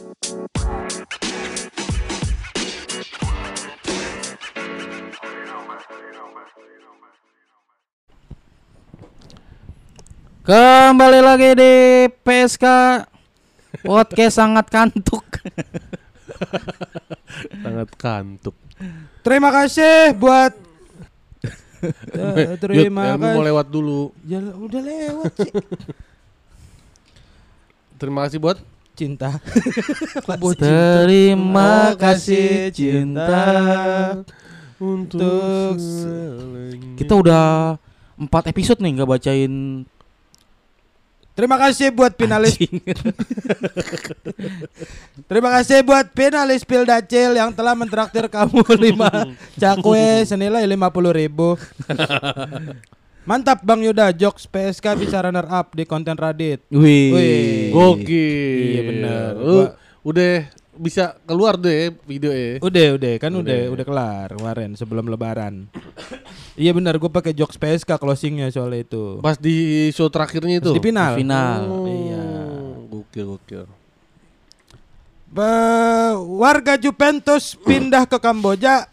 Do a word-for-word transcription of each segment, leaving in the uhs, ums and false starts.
Kembali lagi di P S K Podcast sangat kantuk. Sangat kantuk. Terima kasih buat uh, terima Yud, kasih. mau lewat dulu. Ya udah lewat sih. Terima kasih buat Cinta. Terima kasih cinta. Untuk Kita udah empat episode nih nggak bacain. Terima kasih buat finalis. Terima kasih buat finalis Pildacil yang telah mentraktir kamu lima cakwe senilai lima puluh ribu. Mantap Bang Yuda, jokes P S K bisa runner up di konten Radit. Wih, Wih. gokil. Iya benar. Lu udah bisa keluar deh video ya. Udah, udah kan udah Udah. udah kelar kemarin sebelum lebaran. Iya benar, gue pakai jokes P S K closingnya soal itu. Pas di show terakhirnya itu. Di final. Di final. Oh, Iya. Gokil gokil. Be- warga Juventus pindah ke Kamboja.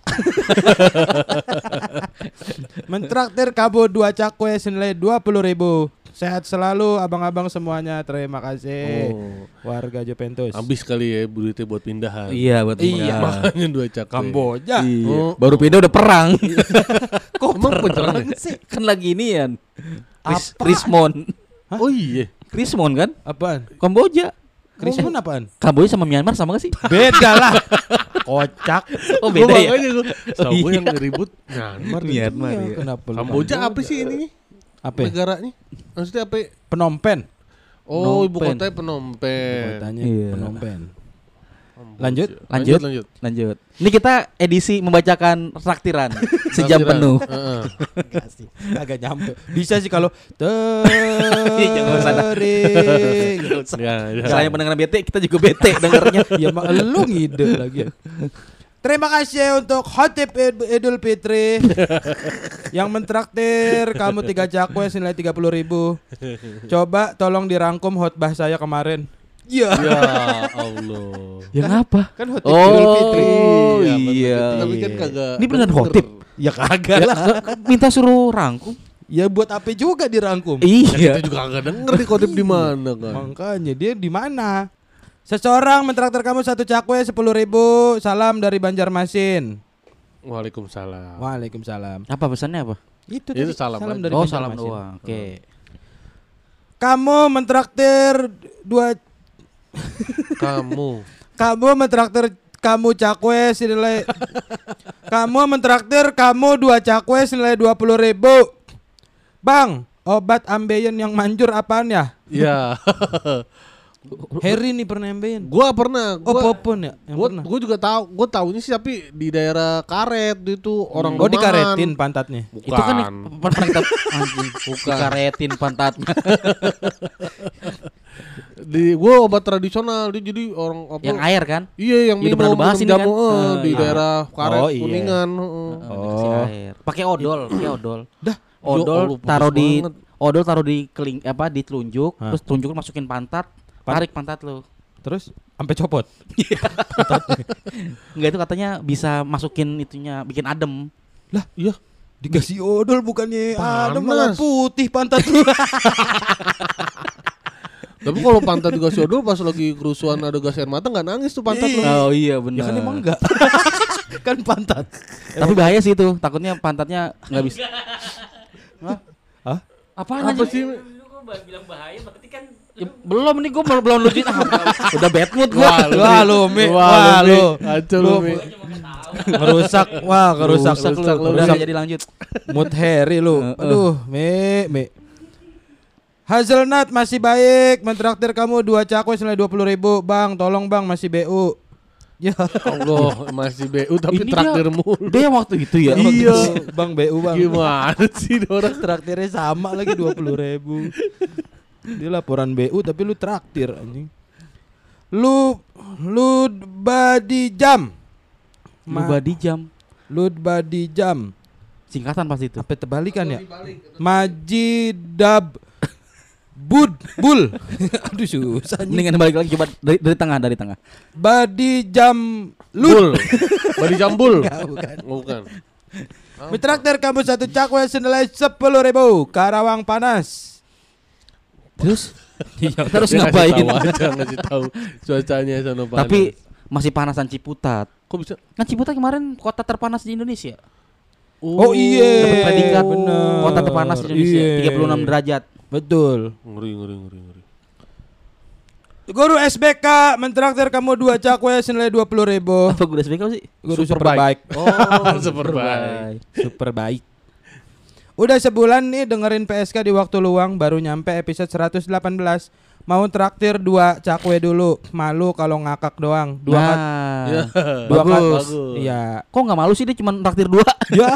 Mentraktir kamu dua cakwe senilai dua puluh ribu. Sehat selalu abang-abang semuanya. Terima kasih. Oh. Warga Juventus. Habis kali ya duitnya buat pindahan. iya buat Iya. pindah. Makanya dua cakwe. Kamboja. Iya. Oh. Baru pindah udah perang. Kok emang beneran sih? Kan lagi inian. Ris- Apa? Rismon. Hah? Oh iya. Rismon kan? Apaan? Kamboja. Krismon apaan? Kamboja sama Myanmar sama gak sih? Beda lah. Kocak. Oh beda ya. Makanya gua sama iya. yang ribut Myanmar. Myanmar Iya, ya. kenapa lu Kamboja apa sih ini? Apa? Negaranya? Maksudnya apa? Phnom Penh. Oh, Phnom ibu Penh. kotanya Phnom Penh. Kotanya Iya. Phnom Penh. Kamboja. Lanjut? Lanjut. lanjut. Lanjut. Ini kita edisi membacakan traktiran sejam Traktiran. penuh. Heeh. Enggak sih, agak nyampe. Bisa sih kalau Jangan ke sana. tering. Enggak, enggak. Selain pendengar bete, kita juga bete dengarnya. Ya mak lu ngide lagi. Terima kasih untuk Khotib Id- Idul Fitri yang mentraktir kamu tiga cakwe senilai tiga puluh ribu. Coba tolong dirangkum khotbah saya kemarin. Ya, Ya Allah. Yang apa? kan Khotib Idul Fitri. Oh Iya, iya. Tapi kan kagak. Ini beneran denger. khotib? Ya kagak lah. Minta suruh rangkum. Ya buat apa juga dirangkum? Iya. Kita juga kagak denger di khotib di mana kan. Makanya dia di mana? Seseorang mentraktir kamu satu cakwe sepuluh ribu. Salam dari Banjarmasin. Waalaikumsalam. Waalaikumsalam. Apa pesannya apa? Itu, Itu tadi, salam aja. dari Oh salam Banjarmasin. doang. Oke. Kamu mentraktir dua. Kamu. Kamu mentraktir kamu cakwe senilai. Kamu mentraktir kamu dua cakwe senilai dua puluh ribu. Bang, obat ambeien yang manjur apaan ya? Ya. Harry nih pernah ambeien. Gua pernah. Oh Gua, Popon ya? Yang gua, pernah. gua juga tahu. Gua tahunya sih tapi di daerah Karet itu orang Oh rumahan. dikaretin pantatnya. Bukan. Itu kan pernah kita anjing Bukan. dikaretin pantatnya. Di gua obat tradisional dia jadi orang apa? Yang air kan? Iya yang Iya, udah minum, pernah dibahas minum ini jamu kan? eh, Ah, di iya. daerah Karet Oh, iya. Kuningan. heeh. Oh. Oh. Air. Pakai odol, pakai odol. Dah. Ya Allah, Odol bagus taruh di banget. odol taruh di keling apa di telunjuk, Hah? terus telunjuk masukin pantat, Pan- tarik pantat lo. Terus sampai copot. Enggak itu katanya bisa masukin itunya bikin adem. Lah, Iya. dikasih odol bukannya Panas. ada malah putih pantat lu. Tapi kalau pantat dikasih odol pas lagi kerusuhan ada gas air mata nggak nangis tuh pantat lu. Oh iya Ya benar. kan emang enggak. Kan pantat. Tapi bahaya sih itu, takutnya pantatnya nggak bisa. Hah? Hah? Apaan Apa aja? sih? bilang bahaya berarti kan Ya, belum nih gue belum belum lucu. Ah, udah bad mood gue. Wah, lu, Wah lu Mi, Wah, wah lu, Mi. lu. Kacau lu, Lu Mi. ngerusak, wah ngerusak Rusak, lu. rusak lu, Udah Rusak jadi lanjut. mood Harry lu. Heeh. Aduh, Mi, Mi. Hazelnut masih baik, mentraktir kamu dua cakwe senilai dua puluh ribu. Bang, tolong bang masih B U. Ya. Allah masih B U tapi Ini traktir dia- mulu. Dia waktu itu ya. Iya. Bang B U bang. Gimana sih ini orang? Traktirnya sama lagi dua puluh ribu. Dia laporan B U tapi lu traktir anjing. Lu lu body jam. Ma- Luba di jam. Lu body jam. Singkatan pasti itu. Apa terbalikan ya? Majidab. Bud, bul. Aduh susah nih. Mendingan balik lagi coba dari, dari tengah dari tengah. Badi jam Bul. Badi jambul. Enggak, bukan. Oh, bukan. Mentraktir kamu satu cakwe senilai sepuluh ribu. Karawang panas. Terus Iya, terus Dia ngapain? ngasih tahu aja, ngasih tahu cuacanya sana panas. Tapi masih panasan Ciputat. kok bisa? Kan Ciputat kemarin kota terpanas di Indonesia. Oh iya. Dapat predikat bener. kota terpanas di Indonesia, Iya. tiga puluh enam derajat. Betul. Ngeri ngeri ngeri ngeri. Guru S B K mentraktir kamu dua cakwe senilai dua puluh ribu. Apa gue S B K sih? Guru Super super baik. Oh, Super baik. Super baik. Udah sebulan nih dengerin P S K di waktu luang, baru nyampe episode seratus delapan belas. Mau traktir dua cakwe dulu. Malu kalau ngakak doang. Dua kat- Nah, Ya, dua bagus. kat- bagus. Iya. kok nggak malu sih dia cuma traktir dua? Ya.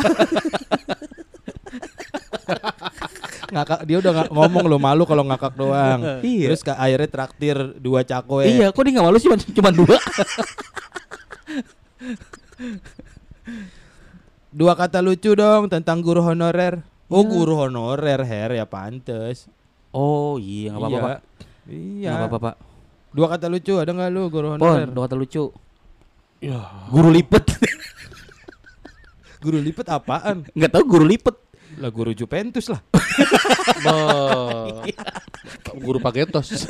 Ngakak dia udah nggak ngomong lo malu kalau ngakak doang. Iya. Terus ke akhirnya traktir dua cakwe. Iya, kok dia nggak malu sih cuma cuma dua? Dua kata lucu dong tentang guru honorer. Oh, Iya. guru honorer Her ya pantes. Oh iya, nggak apa-apa Iya. Pak. Iya. Nggak apa-apa Pak. Dua kata lucu ada nggak lu guru Pon, honorer? dua kata lucu. Ya. Guru lipet. Guru lipet apaan? Nggak tahu guru lipet. Lah guru Juventus lah. Bah. Guru paketos.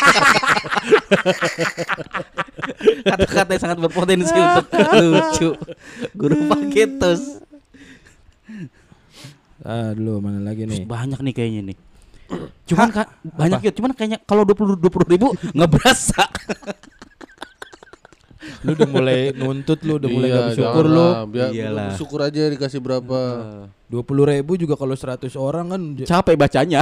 Kata-kata yang sangat berpotensi untuk lucu. Guru paketos. Ah, dulu mana lagi nih? Banyak nih kayaknya nih. Cuman kan banyak ya, cuman kayaknya kalau dua puluh ribu nggak berasa. Lu udah mulai nuntut lu, udah mulai Iya, gak bersyukur jangan lu. lah. Biar Iyalah. bersyukur aja dikasih berapa. Dua puluh ribu juga kalau seratus orang kan j- Capek bacanya.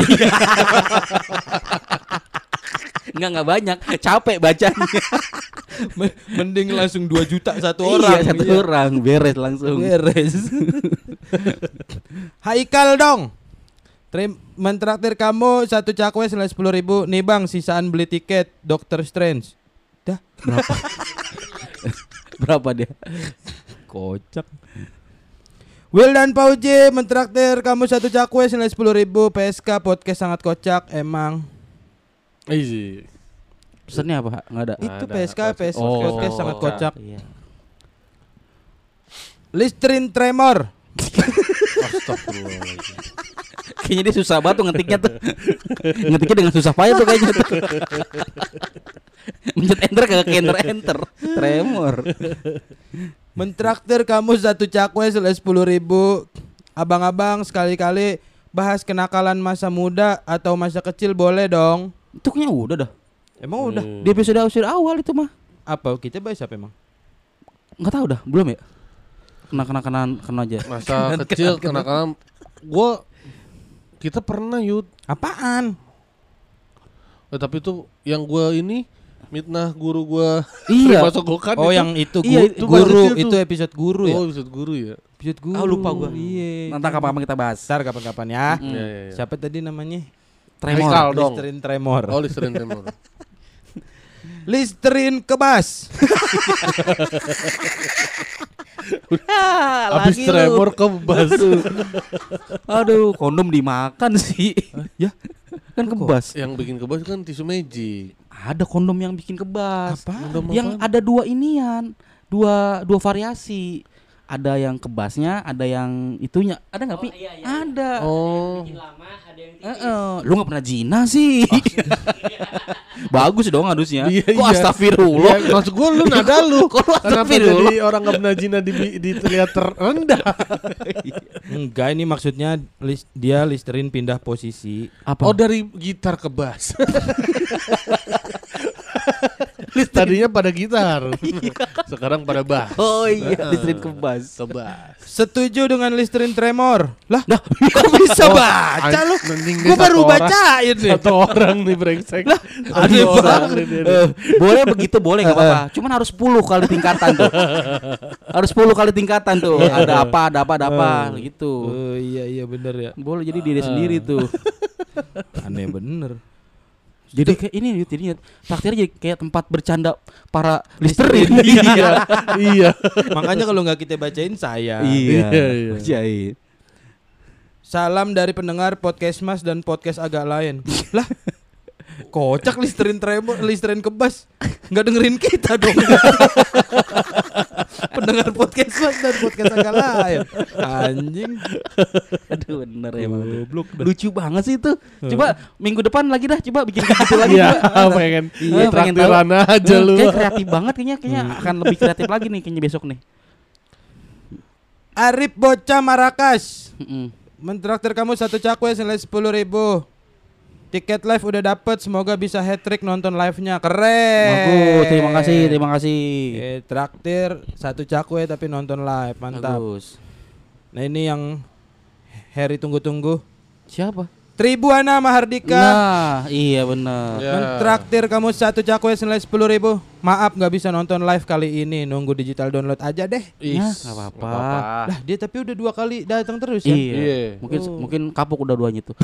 Enggak enggak banyak, capek bacanya. me- mending langsung dua juta satu Iya, orang. satu Iya. orang beres langsung. Beres. Haikal dong. Trim mentraktir kamu satu cakwe senilai sepuluh ribu. Nih bang, sisaan beli tiket Doctor Strange. Dah berapa? Berapa dia? Kocak. Will dan Pauji mentraktir kamu satu cakwe senilai sepuluh ribu. P S K podcast sangat kocak emang. Easy. Pesannya apa? Enggak ada. Itu Ada, P S K P S K Oh. podcast sangat kocak. Iya. Listerin Tremor. Astagfirullahaladzim. Kayaknya dia susah banget tuh ngetiknya tuh. Ngetiknya dengan susah payah tuh kayaknya tuh. Mencet enter kagak ke enter enter. Tremor. Mentraktir kamu satu cakwe senilai sepuluh ribu. Abang-abang sekali-kali bahas kenakalan masa muda atau masa kecil boleh dong. Itu kayaknya udah dah. Emang udah? Hmm. Di episode episode awal itu mah. Apa kita bahas apa emang? Enggak tahu dah, belum ya? Kena-kena-kenan kena aja. Masa kecil kenakalan gua kita pernah Yud. Apaan? Eh, tapi itu yang gua ini mitnah guru gua Iya. masuk gokan Oh itu. yang itu, Iya, gu- itu guru, kecil tuh. itu episode guru ya? Oh episode guru ya. Episode guru. Ah, lupa gua. Iya. Nanti kapan-kapan kita bahas. Ntar kapan-kapan ya. Mm. Iya, iya, iya. Siapa tadi namanya? Tremor. Haikal dong. Listerin Tremor. Oh Listerin Tremor. Listerin kebas. Ah, Abis lagi tremor lu. kebas. Aduh, kondom dimakan sih. Ya. Kan kebas. Yang bikin kebas kan tisu magic. Ada kondom yang bikin kebas. Apa? Kondom Yang apaan? ada dua inian, dua dua variasi. Ada yang kebasnya, ada yang itunya. Ada nggak Oh, Pi? iya, iya. Ada. Oh. Bikin lama, ada yang Eh, tipis. eh. Lu nggak pernah zina sih? Bagus dong harusnya. Iya, Kok iya. astagfirullah? Iya, maksud gua lu nada lu. Kok lu Kenapa astagfirullah? jadi orang nggak pernah zina di, di terlihat terendah? Enggak, ini maksudnya lis- dia Listerin pindah posisi. Apa? Oh dari gitar ke bass. Tadinya pada gitar. Sekarang pada bass. Oh iya, listrik kebas. Ke bass. Setuju dengan Listerin Tremor. Lah, Nah, kok bisa baca lu? Mending Gua dia baru satu orang- bacain nih. Satu orang nih brengsek. aneh Satu orang banget. nih dia. Eh, boleh begitu boleh nggak apa-apa. Cuman harus sepuluh kali tingkatan tuh. Harus sepuluh kali tingkatan tuh. Ada apa, ada apa, ada apa gitu. Oh iya iya bener ya. Boleh jadi diri sendiri tuh. Aneh bener. Jadi kayak ini Yud, ini Yud. Traktirnya jadi kayak tempat bercanda para listerin. Iya, iya. Makanya kalau nggak kita bacain saya. Iya. Iya, iya. Bacain. Salam dari pendengar podcast Mas dan podcast agak lain. Lah, Kocak Listerin tremor, Listerin kebas. Enggak dengerin kita dong. Pendengar podcast Mas dan podcast agak lain. Anjing. Aduh bener emang tuh. Goblok dah. Lucu banget sih itu. Coba minggu depan lagi dah, coba bikin gitu lagi. Iya, coba. pengen. Iya, Iya, pengen traktiran aja lu. Kayak kreatif banget kayaknya, kayaknya akan lebih kreatif lagi nih kayaknya besok nih. Arif Bocah Marakas Mm-mm. mentraktir kamu satu cakwe senilai sepuluh ribu. Tiket live udah dapet, semoga bisa hat-trick nonton live-nya. Keren. Bagus, terima kasih, terima kasih. Eh, traktir satu cakwe tapi nonton live, mantap. Bagus. Nah ini yang Harry tunggu-tunggu. Siapa? Tribuana Mahardika Nah, iya benar. Ya. mentraktir kamu satu cakwe senilai sepuluh ribu. Maaf nggak bisa nonton live kali ini, nunggu digital download aja deh. Is, Nah, nggak apa-apa. nggak apa-apa. Lah dia tapi udah dua kali datang terus ya. Iya. Iya. Mungkin Oh. mungkin kapok udah duanya tuh.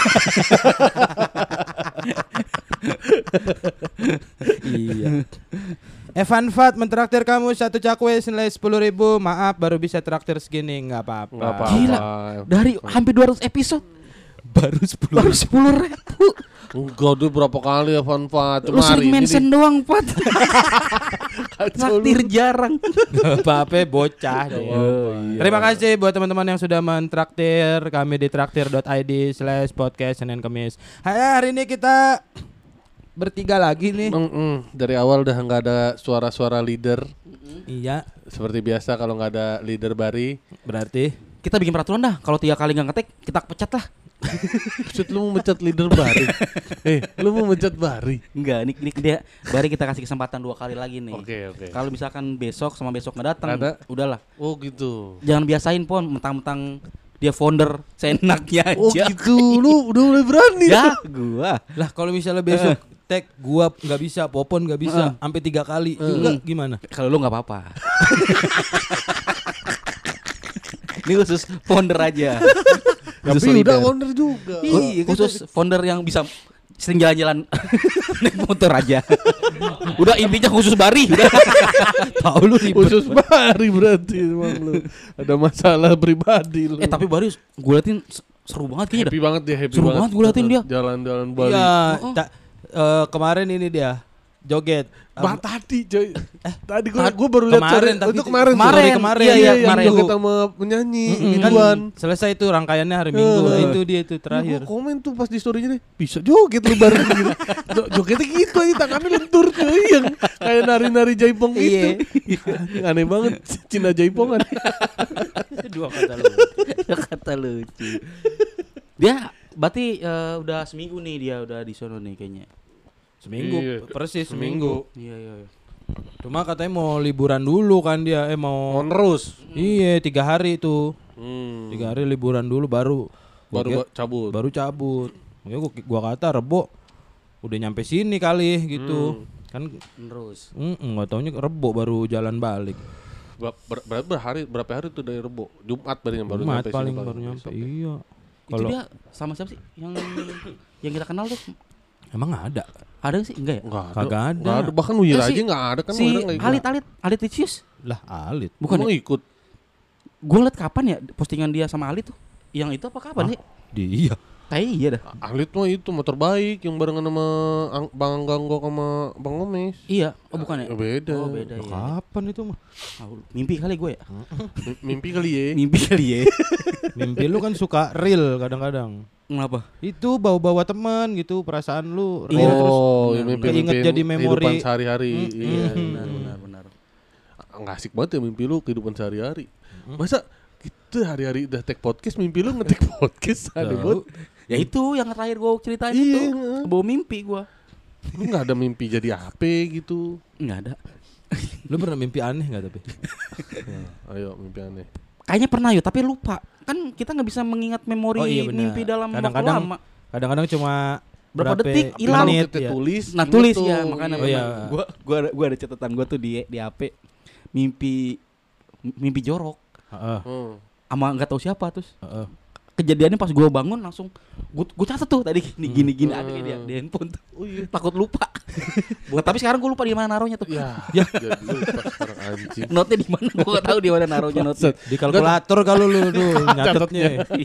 Iya. Evan Fat mentraktir kamu satu cakwe senilai sepuluh ribu. Maaf baru bisa traktir segini, nggak apa-apa. Nggak apa-apa. Gila. Dari hampir dua ratus episode Baru sepuluh. baru sepuluh ribu. Enggak dulu berapa kali ya Van Pat. Lu sering mention doang, Pat. Traktir jarang. Nggak apa-apa bocah. deh. Terima kasih buat teman-teman yang sudah mentraktir kami di traktir dot i d slash podcast Senin Kamis. Hai, hari ini kita bertiga lagi nih. Dari awal udah nggak ada suara-suara leader. Iya, Seperti biasa kalau nggak ada leader Bari. berarti Kita bikin peraturan dah. Kalau tiga kali nggak ngetek, kita pecat lah. Maksud lu mau mecat leader Bari? Eh, lu mau mecat Bari? Enggak, ini, ini dia. Bari kita kasih kesempatan dua kali lagi nih. Oke, oke. Kalau misalkan besok sama besok nggak datang, Ada. udahlah. Oh gitu. Jangan biasain pon, mentang-mentang dia founder seenaknya aja. Oh gitu. Lu udah mulai berani. Ya, gua. lah kalau misalnya besok tag gua nggak bisa, Popon nggak bisa, sampai tiga kali juga gimana? Kalau lu nggak apa-apa. Ini khusus founder aja. Khusus Tapi udah leader. owner juga. Iya, khusus founder yang bisa sering jalan-jalan naik motor aja. Udah intinya khusus Bari. Udah. Tahu lu ribet. Khusus Bari berarti emang lu. Ada masalah pribadi lu. Eh tapi Bari gue liatin s- seru banget kayaknya. happy dah. banget dia, happy Seru banget. banget gua liatin dia. Jalan-jalan Bali. Iya, Oh. ta- eh, kemarin ini dia joget. Bah Am- tadi coy. tadi gua ta- gua baru lihat kemarin, sore- tapi itu itu- kemarin. kemarin, tuh. kemarin, iya, iya, yang kemarin. joget sama penyanyi Mm-mm, Ridwan. kan selesai itu rangkaiannya hari Minggu. Eh. Itu dia itu Iya, terakhir. gua komen tuh pas di story-nya nih. Bisa joget lu bareng gitu. Jo- Jogetnya gitu aja tangannya lentur cuy yang kayak nari-nari jaipong gitu. Aneh banget Cina jaipongan. Dua kata lu. Kata lucu. Dia berarti eh, udah seminggu nih dia udah di sono nih kayaknya. Seminggu, Iya. persis seminggu. Iya iya. iya. Cuma katanya mau liburan dulu kan dia, eh mau. Onrus. Iya, tiga hari itu. Hmm. Tiga hari liburan dulu baru Baru gua ba- cabut. baru cabut. Ya gua, gua kata Rebo udah nyampe sini kali gitu. Kan Terus. enggak taunya Rebo baru jalan balik. Ber- ber- Berapa ber- hari berapa hari tuh dari Rebo? Jumat berarti baru Jumat nyampe paling sini baru nyampe. besok. Iya. Itu Kalau dia sama siapa sih yang yang kita kenal tuh? emang ada. Ada sih enggak ya? Enggak ada. Kagak ada. Nggak ada. Bahkan Wira Eh, si- aja enggak ada kan Si Wira nggak ikut. Alit Alit Alit Licius. Lah Alit. Bukan Emang ya? ikut. Gue liat kapan ya postingan dia sama Alit tuh? Yang itu apa kapan sih? Dia. Kayak iya dah. Alit mah itu motor baik yang barengan sama Ang- Bang Ganggo sama Bang Omes. Iya, oh bukan ya? Ya beda. Oh beda ya. Kapan itu mah? Ah, mimpi kali gue ya. M- Mimpi kali ya. Mimpi kali ya. Mimpi lu kan suka real kadang-kadang. Kenapa? Itu bawa-bawa teman gitu, perasaan lu real terus. Oh, ya benar, mimpi, keinget mimpi jadi memori. kehidupan sehari-hari. Mm, Iya. mm. Benar benar benar. Nggak asik banget ya mimpi lu kehidupan sehari-hari. Masa gitu hari-hari udah take podcast mimpi lu nge-take podcast aneh banget. Ya itu yang terakhir gue ceritain Iya, itu. heeh. Bawa mimpi gue. Lu nggak ada mimpi jadi apa gitu. Enggak ada. Lu pernah mimpi aneh enggak tapi? Nah, ayo mimpi aneh. Kayaknya pernah yuk, tapi lupa. Kan kita nggak bisa mengingat memori Oh, iya benar. mimpi dalam waktu Kadang-kadang lama. Kadang-kadang cuma Berapa detik, Tapi hilang. kalau menit, kita ya. tulis, Nah inget tulis tuh, ya makanya. Oh, iya. Gue gua ada gua ada catatan gue tuh di di H P. Mimpi mimpi jorok. Heeh, Hmm. Sama nggak tahu siapa terus. heeh. kejadiannya pas gue bangun langsung gue gue catat tuh tadi gini gini gini ada di, di handphone tuh. Oh iya. Takut lupa. Nah, tapi sekarang gue lupa di mana naruhnya tuh. Ya, Ya. jadi lupa sekarang anjing. Note-nya di mana? Gue gak tahu di mana naruhnya note. Di kalkulator kalau lu tuh nyatetnya.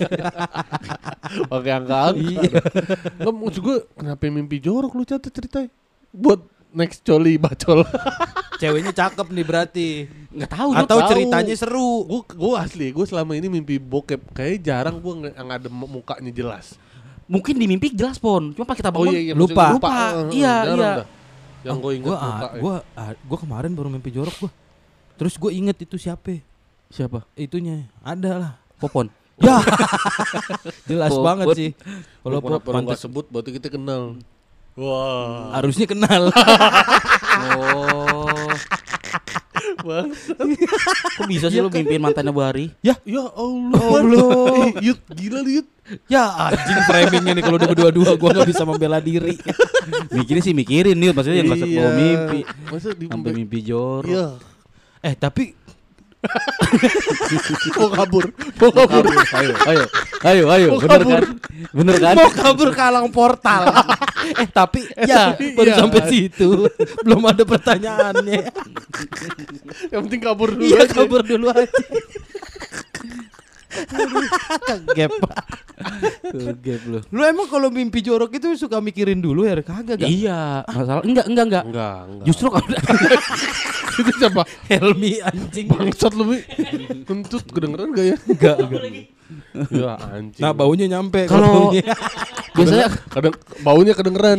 Pakai angka-angka. Iya. Enggak maksud gue kenapa mimpi jorok lu catat ceritanya? Buat next coli bacol. Ceweknya cakep nih berarti. Nggak tahu. Atau tahu. ceritanya seru. Gue gue asli, gue selama ini mimpi bokep kayak jarang gue ng- yang ada mukanya jelas. Mungkin di mimpi jelas pon. Cuma pas kita bangun maksudnya lupa. gua Lupa. Eh, Iya, jarang iya. dah. Yang gue ingat Gua ah, muka. gua ah, gua kemarin baru mimpi jorok gua. Terus gua inget itu siapa? siapa? Itunya. Ada lah. Popon. Ya. Jelas Popon. banget sih. Kalau Kalau pop pernah nggak pantes sebut berarti kita kenal. Wah. harusnya kenal. Oh. Kok bisa sih lu mimpiin mantannya Bu Hari? Ya Allah. Allah. Yut, gila lu Yut. Ya anjing framingnya nih kalau udah berdua-dua gua nggak bisa membela diri. Mikirin sih mikirin nih, maksudnya yang nggak bawa mimpi. Masa di Sampai mimpi jorok. Iya. Eh tapi Mau kabur. Mau kabur. Ayo, ayo, ayo, ayo, Mau bener kabur. kan? Bener kan? mau kabur ke alang portal. eh tapi ya baru Iya. sampai situ. Belum ada pertanyaannya. Yang penting kabur dulu. Iya aja. kabur dulu aja. Kegep. Kegep lu. Lu emang kalau mimpi jorok itu suka mikirin dulu ya? Kagak gak? Iya, masalah enggak, enggak, enggak. Enggak, enggak. Justru kalau Itu siapa? Helmi anjing. Bangsat lu, Mi. Kentut kedengeran gak ya? Enggak, enggak. Ya anjing. Nah baunya nyampe Kalau- baunya. biasanya kadang baunya kedengeran.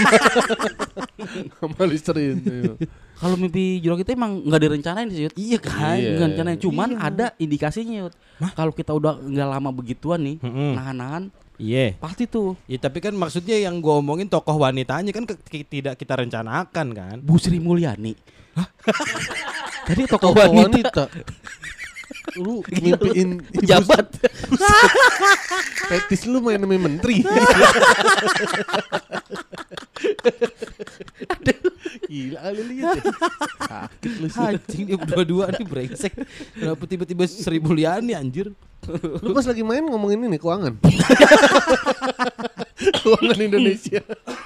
Sama Listerine. Iya. kalau mimpi jorok itu emang enggak direncanain sih, Yud. Iya kan? Iya. Enggak direncanain, cuman ada indikasinya, Yud. Kalau kita udah enggak lama begituan nih, Mm-mm. nahan-nahan, Iya. pasti tuh Ya tapi kan maksudnya yang gua omongin tokoh wanitanya kan ke- ki- tidak kita rencanakan kan. Bu Sri Mulyani. Tadi tokoh Tokoh wanita. wanita. Lu mimpiin ibu Jabat. petis lu main sama menteri. Gila lu lihat ya. Sakit lu sih. Anjing dia berdua-dua nih brengsek. Kenapa tiba-tiba Sri Mulyani anjir? Lu pas lagi main ngomongin ini keuangan. Keuangan Indonesia.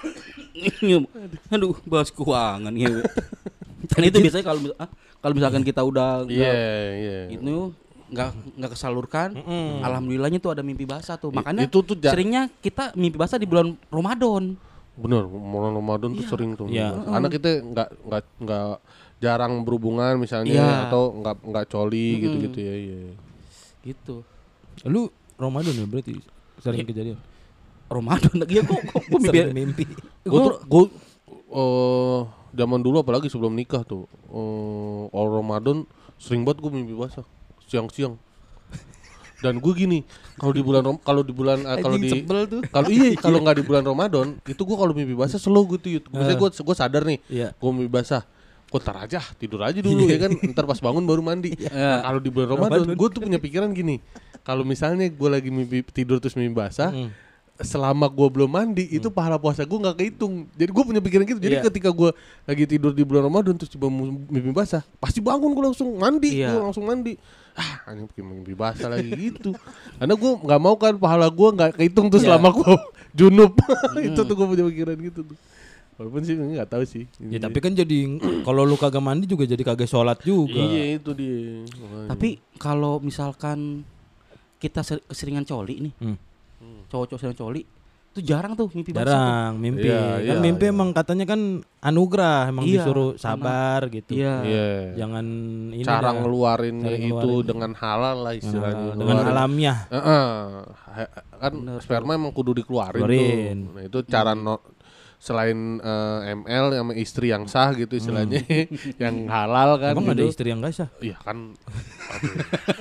Aduh, bahas keuangan gitu. Dan itu biasanya kalau mis- ah, kalau misalkan kita udah Iya, nggak- iya. itu nggak nggak kesalurkan, Mm-mm. alhamdulillahnya tuh ada mimpi basah tuh. I- Makanya itu tuh ja- seringnya kita mimpi basah di bulan Ramadan. Bener, bulan Ramadan tuh sering tuh. Iya. Karena kita nggak nggak nggak jarang berhubungan misalnya Iya. atau nggak nggak coli gitu-gitu ya. Iya. Gitu. Lu Ramadan ya berarti sering kejadian. Ramadan lagi ya kok kok gua mimpi. Sering mimpi. Gue tuh gue eh, zaman dulu apalagi sebelum nikah tuh eh all Ramadan sering banget gue mimpi basah siang-siang. Dan gue gini, kalau di bulan Rom- kalau di bulan eh, kalau Anjing di sebel tuh. kalau iya kalau nggak di bulan Ramadan itu gue kalau mimpi basah slow gitu. Maksudnya gue gue sadar nih, Iya. gue mimpi basah. Gue ntar aja tidur aja dulu ya kan, ntar pas bangun baru mandi. Nah, kalau di bulan Ramadan gue tuh punya pikiran gini, kalau misalnya gue lagi mimpi tidur terus mimpi basah, Mm. selama gue belum mandi itu pahala puasa gue nggak kehitung. Jadi gue punya pikiran gitu. Jadi Iya. ketika gue lagi tidur di bulan Ramadan terus coba mimpi basah, pasti bangun gue langsung mandi, Iya. gue langsung mandi. Ah, ini mimpi basah lagi gitu. Karena gue nggak mau kan pahala gue nggak kehitung tuh Iya. selama gue junub. Itu tuh gue punya pikiran gitu tuh. Walaupun sih nggak tahu sih. Ya tapi kan jadi kalau lu kagak mandi juga jadi kagak sholat juga. iya itu dia. Makanya. Tapi kalau misalkan kita ser- keseringan coli nih, Hmm. cowok-cowok sering coli, itu jarang tuh mimpi basah. tuh. Jarang mimpi. Iya, kan iya, mimpi iya. emang katanya kan anugerah, emang Iya, disuruh sabar gitu. Iya. Iya. Jangan ini cara dah. ngeluarinnya Cara itu ngeluarin. dengan halal lah istilahnya. Dengan, dengan Ngeluarin. alamiah. Heeh. Ha- kan sperma emang kudu dikeluarin Keluarin. tuh. Nah, itu cara no, selain eh, M L sama istri yang sah gitu istilahnya yang halal kan. Emang ada gitu. istri yang gak sah? Iya kan. Aduh.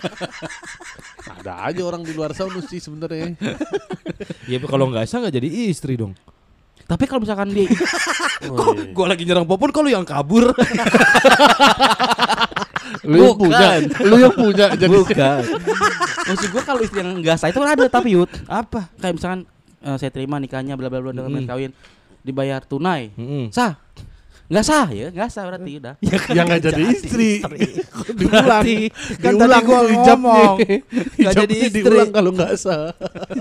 Ada aja orang di luar sana sih sebenarnya. Ya kalau nggak sah nggak jadi istri dong. Tapi kalau misalkan dia Oh, iya. Gua lagi nyerang Popon kalau yang kabur. Lu yang punya, lu yang punya jadi bukan. Maksud gua kalau istri yang enggak sah itu kan ada tapi Yud. Apa? Kayak misalkan eh, saya terima nikahnya bla bla bla dengan Mm-mm. mas kawin dibayar tunai. Mm-mm. Sah. Nggak sah ya, nggak sah berarti udah. Ya nggak jadi istri. Diulang. Berarti, kan tadi Diulang gua tuh hijabnya. ngomong, nggak jadi Hijabnya istri. diulang kalau nggak sah.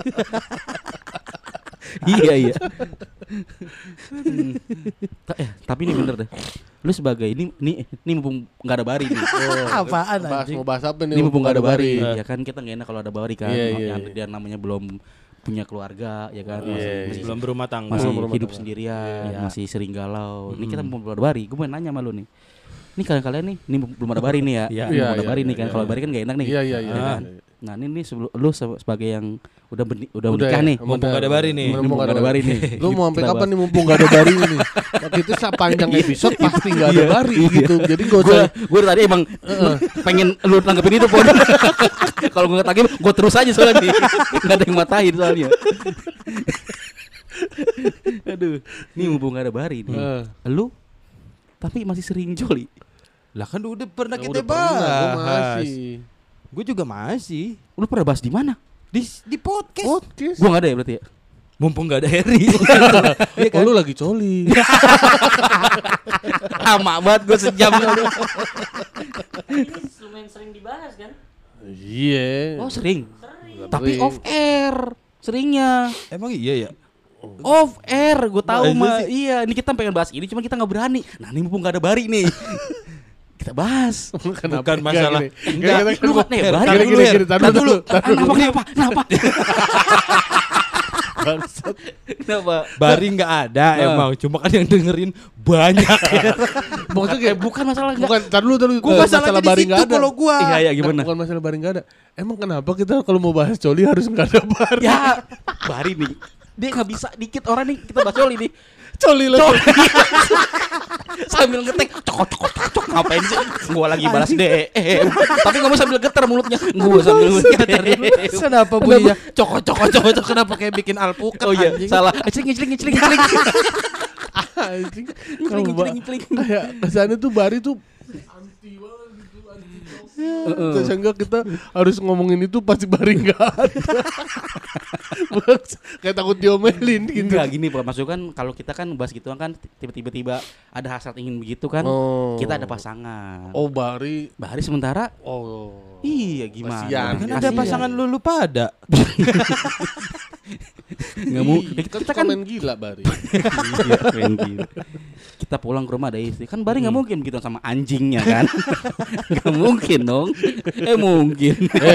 Iya iya. Hmm. Ta- eh, tapi ini bener deh. Lu sebagai ini ini ini mumpung nggak ada Bari nih. Oh, Apaan, bahas, anjing? mau bahas apa nih? Ini mumpung nggak ada Bari, Eh. ya kan kita nggak enak kalau ada Bari kan. Iya, iya, yang iya. dia namanya belum punya keluarga, ya kan. Iya, Masih, iya. masih, Belum berumah tangga. masih Belum berumah hidup tangga. sendirian, Iya. masih sering galau. Ini kita mumpung belum ada Bari. Gue mau nanya sama lu nih. Ini kalian-kalian nih, ini belum ada Bari nih ya. Iya. Ini belum Iya, ada iya, Bari nih iya, kan. iya. Kalau Bari kan nggak enak nih. Iya iya iya. Ya kan? iya. Nah ini nih sebelum lu se- sebagai yang udah berni- udah Udah menikah ya, nih. mumpung Mumpung nggak ada Bari nih. Mumpung nggak ada Bari nih. Lu mau sampai Kita kapan bahas. nih mumpung nggak ada Bari ini? Waktu itu sepanjang episode pasti nggak ada Iya, Bari iya. gitu. Jadi gak Gue usah. gue tadi emang pengen lu tanggepin itu pun. Kalau gue tanggepin gue terus aja soalnya nih. Nggak ada yang matahin soalnya. Aduh, ini mumpung nggak ada Bari nih. Eh. Lu tapi masih sering joli. Lah kan udah pernah Ya kita udah pernah, gua bahas. masih. Gue juga masih Lu pernah bahas di mana? di di podcast. Podcast. Gua nggak ada ya berarti ya. Mumpung nggak ada Harry. Iya kan? Oh, lu lagi coli. Lama banget gue sejam kali. Ini lumayan sering dibahas kan? Iya. Oh sering. Sering. Tapi Sering. off air seringnya. Emang iya ya? Off air, gue tahu Masa mah. Iya, ini kita pengen bahas ini, cuma kita nggak berani. Nah, ini mumpung nggak ada Bari nih, kita bahas. Kenapa? Bukan masalah. Enggak, Enggak, lu nggak nih Her, Bari tar dulu, dulu, Her. Her, tar Tar dulu, dulu. tar dulu. Kenapa? Kenapa? Kenapa? Bangsat. Kenapa? Bari nggak ada Nah. emang, cuma kan yang dengerin banyak. Maksudnya kayak Bukan masalah nggak. bukan tar dulu tar dulu. Gua Eh, masalahnya di Bari situ nggak ada. kalau gua. Iya, iya Nah, gimana? bukan masalah Bari nggak ada. Emang kenapa kita kalau mau bahas coli harus nggak ada Bari? Ya, Bari nih. Dia nggak bisa dikit orang nih kita bahas Coli nih. Coli lah. Coli. Sambil ngetek cok cok cok cok ngapain sih? Gua lagi balas D M. Tapi kamu sambil getar mulutnya. Gua sambil getar. Kenapa bunyinya? Cok cok cok cok Kenapa kayak bikin alpukat? Oh iya, anjing? salah. Eceling eceling eceling eceling. Anjing. Ngeceling, Kalau ba- ngeceling, ngeceling. Kayak kesannya tuh Bari tuh anti banget gitu, anti jokes. Sehingga kita harus ngomongin itu pasti Bari nggak ada. Baks, kayak takut diomelin gitu. Enggak gini Pak, maksudnya kan kalau kita kan bahas gitu kan tiba-tiba tiba ada hasrat ingin begitu kan. Oh. Kita ada pasangan. Oh Bari. Bahari sementara Oh. iya gimana? Kasian. Kan Kasian. ada pasangan lu lupa ada. Enggak mau. Ih, Kita, kan kita suka kan main gila Bari. iya, keren gila. Kita pulang ke rumah ada istri. Kan Bari enggak mungkin gitu sama anjingnya kan. Enggak mungkin dong. Eh mungkin.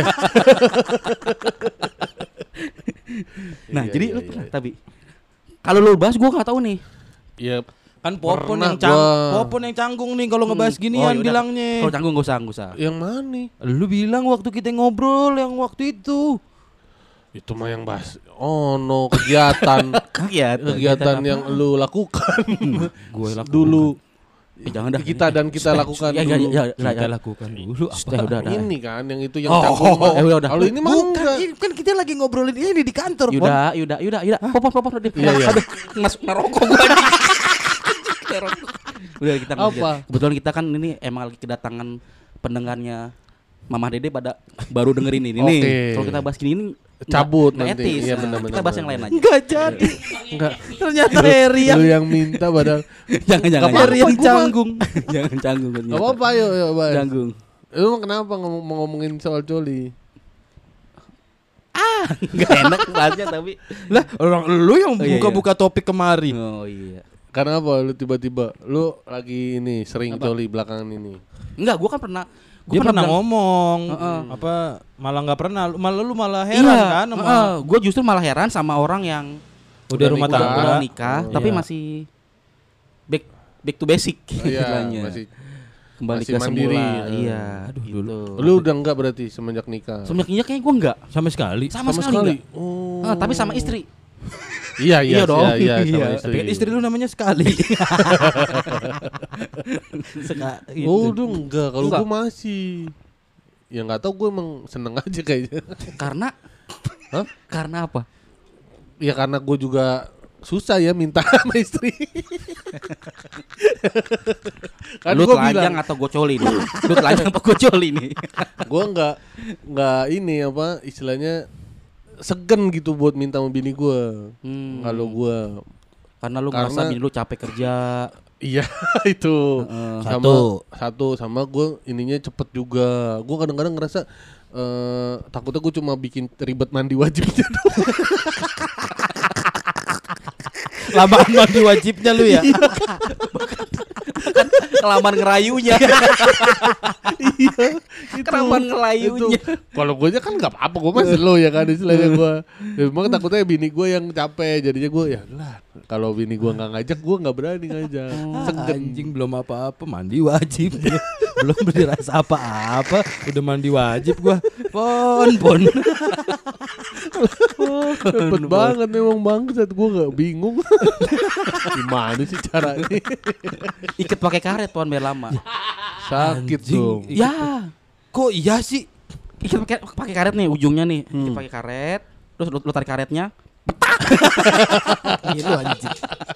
Nah, Iya, jadi iya, lu iya. pernah tapi kalau lu bahas gua enggak tahu nih. Iya. Kan Popon Pernah yang cang, gua. Popon yang canggung nih kalau ngebahas Oh, ginian yaudah. bilangnya. Kalau canggung enggak usah, enggak usah. Yang mana nih? Lu bilang waktu kita ngobrol yang waktu itu. Itu mah yang bahas. Oh no, kegiatan. Iya, kegiatan yang lu lakukan gue lakukan. dulu. Eh, jangan dah. Kita dan kita lakukan Ya, ya, dulu. ya, ya, Kita ya. lakukan dulu Eh, apa? udah, udah. Ini kan yang itu yang Oh, canggung. oh, oh, udah. Kalau ini mah Bukan, enggak. ini kan kita lagi ngobrolin ini di kantor, Pon. Yuda, Yuda, Yuda, Yuda. Popon, popon, udah. Iya, iya. Aduh, masuk ngerokok gua. Ngerokok. Udah kita ngomong. Apa? Kebetulan kita kan ini emang lagi kedatangan pendengarnya Mama Dede pada baru dengerin ini nih. Oke. Kalau kita bahas gini ini Cabut nggak nanti. etis. Iya, Nah, benar-benar. kita bahas yang lain aja. Enggak jadi. Enggak. Ternyata Harry yang Lu yang minta padahal. Jangan, jangan. Nggak Harry jangan. yang canggung. Jangan canggung. Enggak apa-apa yuk, yuk, Bas. Canggung. Lu emang kenapa ngomong mau ngomongin soal coli? Enggak enak bahasnya tapi. Lah, orang lu yang Oh, iya, buka-buka topik kemari. Oh iya. Karena apa lu tiba-tiba lu lagi ini sering Apa? coli belakangan ini? Enggak, gua kan pernah Dia pernah bilang- ngomong Heeh. apa malah nggak pernah, malah lu malah heran kan sama gue justru malah heran sama orang yang udah rumah nikah. tangga. udah nikah, Oh. tapi Iya. masih back back to basic Oh, iya, istilahnya. masih Kembali masih ke mandiri. semula. Ya. Iya, Aduh, gitu. dulu. lu udah enggak berarti semenjak nikah? Semenjak nikah kayaknya gue enggak. sama sekali. Sama, sekali, enggak. Oh. Ah, tapi sama istri. Iya iya Iya dong. Iya, iya, sama Iya. istri. Tapi kan istri lu namanya sekali. Seka- itu. Oh, udah enggak. Kalau Enggak. gue masih. Ya enggak tahu, gue emang seneng aja kayaknya. Karena Hah? Karena apa? Ya karena gue juga susah ya minta sama istri. Kan Lu gue telanjang bilang, atau gue coli nih? Lu telanjang apa gue coli nih? gue enggak enggak ini apa istilahnya segen gitu buat minta sama bini gue. Hmm. Kalau gue Karena lu Karena- ngerasa bini lu capek kerja. Iya itu Heeh. sama Satu. satu sama gue ininya cepet juga. Gue kadang-kadang ngerasa eh, takutnya gue cuma bikin ribet mandi wajibnya. Lamaan mandi wajibnya lu ya. Kelamaan ngerayunya. Iya, itu. Kelamaan ngelayunya. Itu. Kalau gue kan nggak apa-apa, gue masih slow ya kan istilahnya gue. Ya, memang takutnya bini gue yang capek, jadinya gue ya lah. Kalau bini gue nggak ngajak, gue nggak berani ngajak. Segen. Anjing belum apa-apa mandi wajib. Belum berasa apa-apa udah mandi wajib gua. Pon pon. Cepet banget memang bangsat, gue nggak bingung. Gimana sih caranya? Iket pakai karet tuan biar lama. Sakit Anjing. dong. Iket- Ya, Kok iya sih? iket pakai pakai karet nih ujungnya nih. Iket Hmm. pakai karet, terus lu, lu tarik karetnya. Gitu anjing.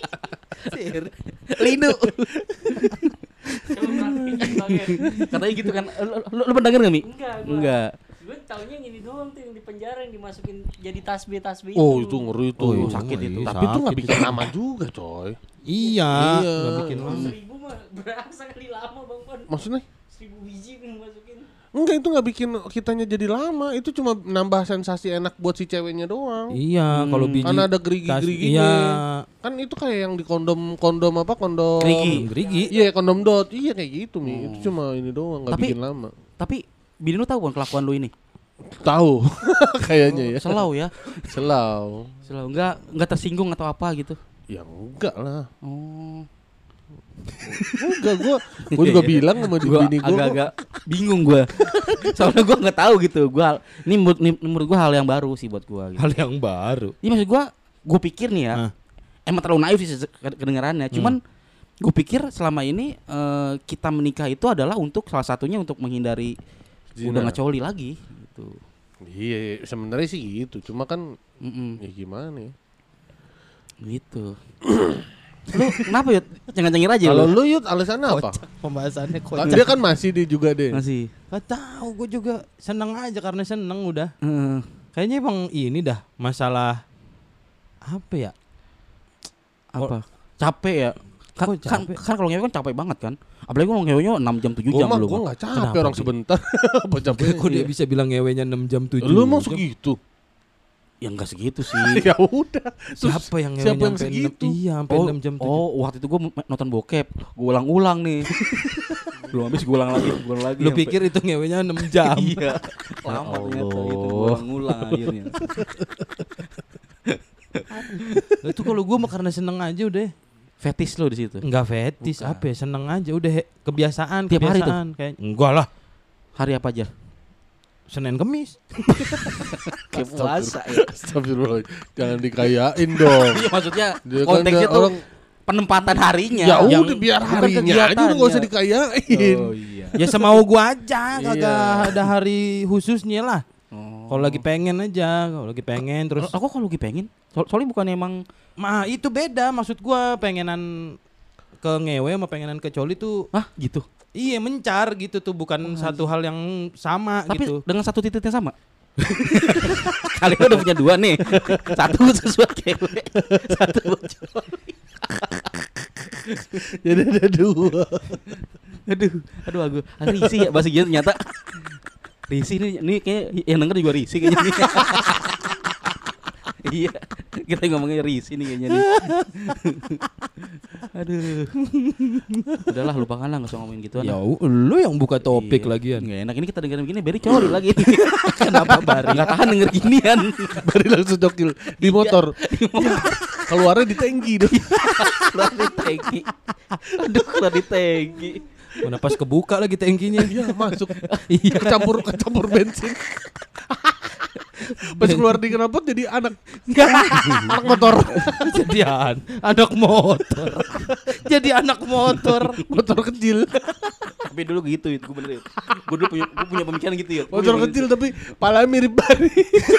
Linu. Coba praktekin banget. Katanya gitu kan. Lu, lu, lu pernah denger enggak, Mi? Enggak, gua. Enggak. Gue taunya yang ini doang tuh yang di penjara yang dimasukin jadi tasbih tasbih Oh itu ngeri tuh. Oh, iya, sakit itu. Tapi itu nggak sakit bikin lama juga coy. Iya, Iya. nggak bikin lama. Seribu mah berasa kali lama bang Pon. Maksudnya? Seribu biji masukin. Enggak, itu nggak bikin kitanya jadi lama. Itu cuma nambah sensasi enak buat si ceweknya doang. Iya, kalau biji Karena ada tas- gerigi-geriginya. Iya. Kan itu kayak yang di kondom kondom apa kondom Gerigi. Gerigi. Iya kondom dot. Iya kayak gitu Mi. Itu cuma ini doang nggak Tapi- bikin lama. Tapi bini lu tahu kan kelakuan lu ini? Tahu kayaknya ya. Selau ya. Selau. Selau enggak enggak tersinggung atau apa gitu. Ya enggak lah. Oh. Enggak gua gua juga bilang sama di Gua bini gua. kok. agak-agak bingung gua. Soalnya gua enggak tahu gitu. Gua ini menurut, ini menurut gua hal yang baru sih buat gua gitu. Hal yang baru. Iya maksud gua, gua pikir nih ya. Hah. Emang terlalu naif sih se- kedengarannya. Cuman gua pikir selama ini eh, kita menikah itu adalah untuk salah satunya untuk menghindari Zina. udah ngecoli lagi gitu. Iya, sebenarnya sih gitu. Cuma kan Mm-mm. ya gimana ya? Gitu. Lu kenapa Yud? Cengeng-cengir aja Kalau lu. lu Yud alasannya apa? Pembahasannya Kan kocak. dia kan masih dia juga deh. Masih. Gak tahu, gue juga seneng aja karena seneng udah. Heeh. Kayaknya emang ini dah masalah apa ya? Apa? Capek ya? Kan, Kok kan, capek? kan kalau ngewe kan capek banget kan. Apalagi gua ngewenya enam jam tujuh Gua jam mah lu. gua enggak capek Kenapa, orang Bi? sebentar. Apa capeknya? Kok dia bisa bilang ngewenya enam jam tujuh? Lu emang jam? segitu? Ya enggak segitu sih. Ya udah. Terus Siapa yang siapa ngewenya yang sampai segitu? enam Iya, sampai Oh, enam jam tujuh. oh, waktu itu gua m- nonton bokep, gua ulang-ulang nih. Belum habis gua ulang lagi, gua ulang lagi. Lu sampai- pikir itu ngewenya enam jam? Iya. Lama ternyata itu gua ulang-ulang akhirnya. Itu kalau gua mah karena seneng aja udah. Fetis lu di situ. Enggak fetis, Bukan. apa ya? Seneng aja udah he- kebiasaan, Tiap hari tuh? kebiasaan kayak enggak lah. Hari apa aja? Senin Kemis. Kayak puasa ya. Astagfirullah. Jangan dikayain dong. Iya maksudnya Dia kan konteksnya dia tuh orang penempatan harinya. ya Yang- udah biar bukan harinya aja udah kegiatannya. enggak usah dikayain. Oh iya. Ya semau gua aja, kagak Iya. ada hari khususnya lah. Oh. Kalau lagi pengen aja, kalau lagi pengen terus aku kalau lagi pengen, so- soalnya bukan emang mah itu beda maksud gua pengenan ke ngewe sama pengenan ke coli tuh ah gitu. iya mencar gitu tuh bukan satu hal yang sama Tapi gitu. dengan satu titik yang sama. Kalian udah punya dua nih. Satu sesuai cewek, satu buat cowok. Jadi ada dua. Aduh, aduh aku. Aduh, risih ya bahasa gitu ternyata. Risih nih, nih kayak yang denger juga risih kayaknya nih. Iya, kita ngomongnya risih nih kayaknya nih. Aduh. Udahlah lupakan lah nggak usah ngomongin gituan. Ya u- lu yang buka topik Iya. lagian. Nggak enak ini kita dengerin begini Beri coli lagi nih. Kenapa Bari? Nggak tahan denger ginian. Baru langsung jokil di motor. Keluarnya di tangki dong. Keluar di tangki. Aduh keluar di tangki. Mana pas kebuka lagi tangkinya. Iya masuk. Iya. Kecampur kecampur bensin. Pas keluar di knalpot jadi anak anak motor. Jadi an- anak motor. Jadi anak motor. Motor kecil. Tapi dulu gitu itu gue bener. Gue dulu punya, gue punya pemikiran gitu ya. Motor kecil tapi palanya mirip Bari.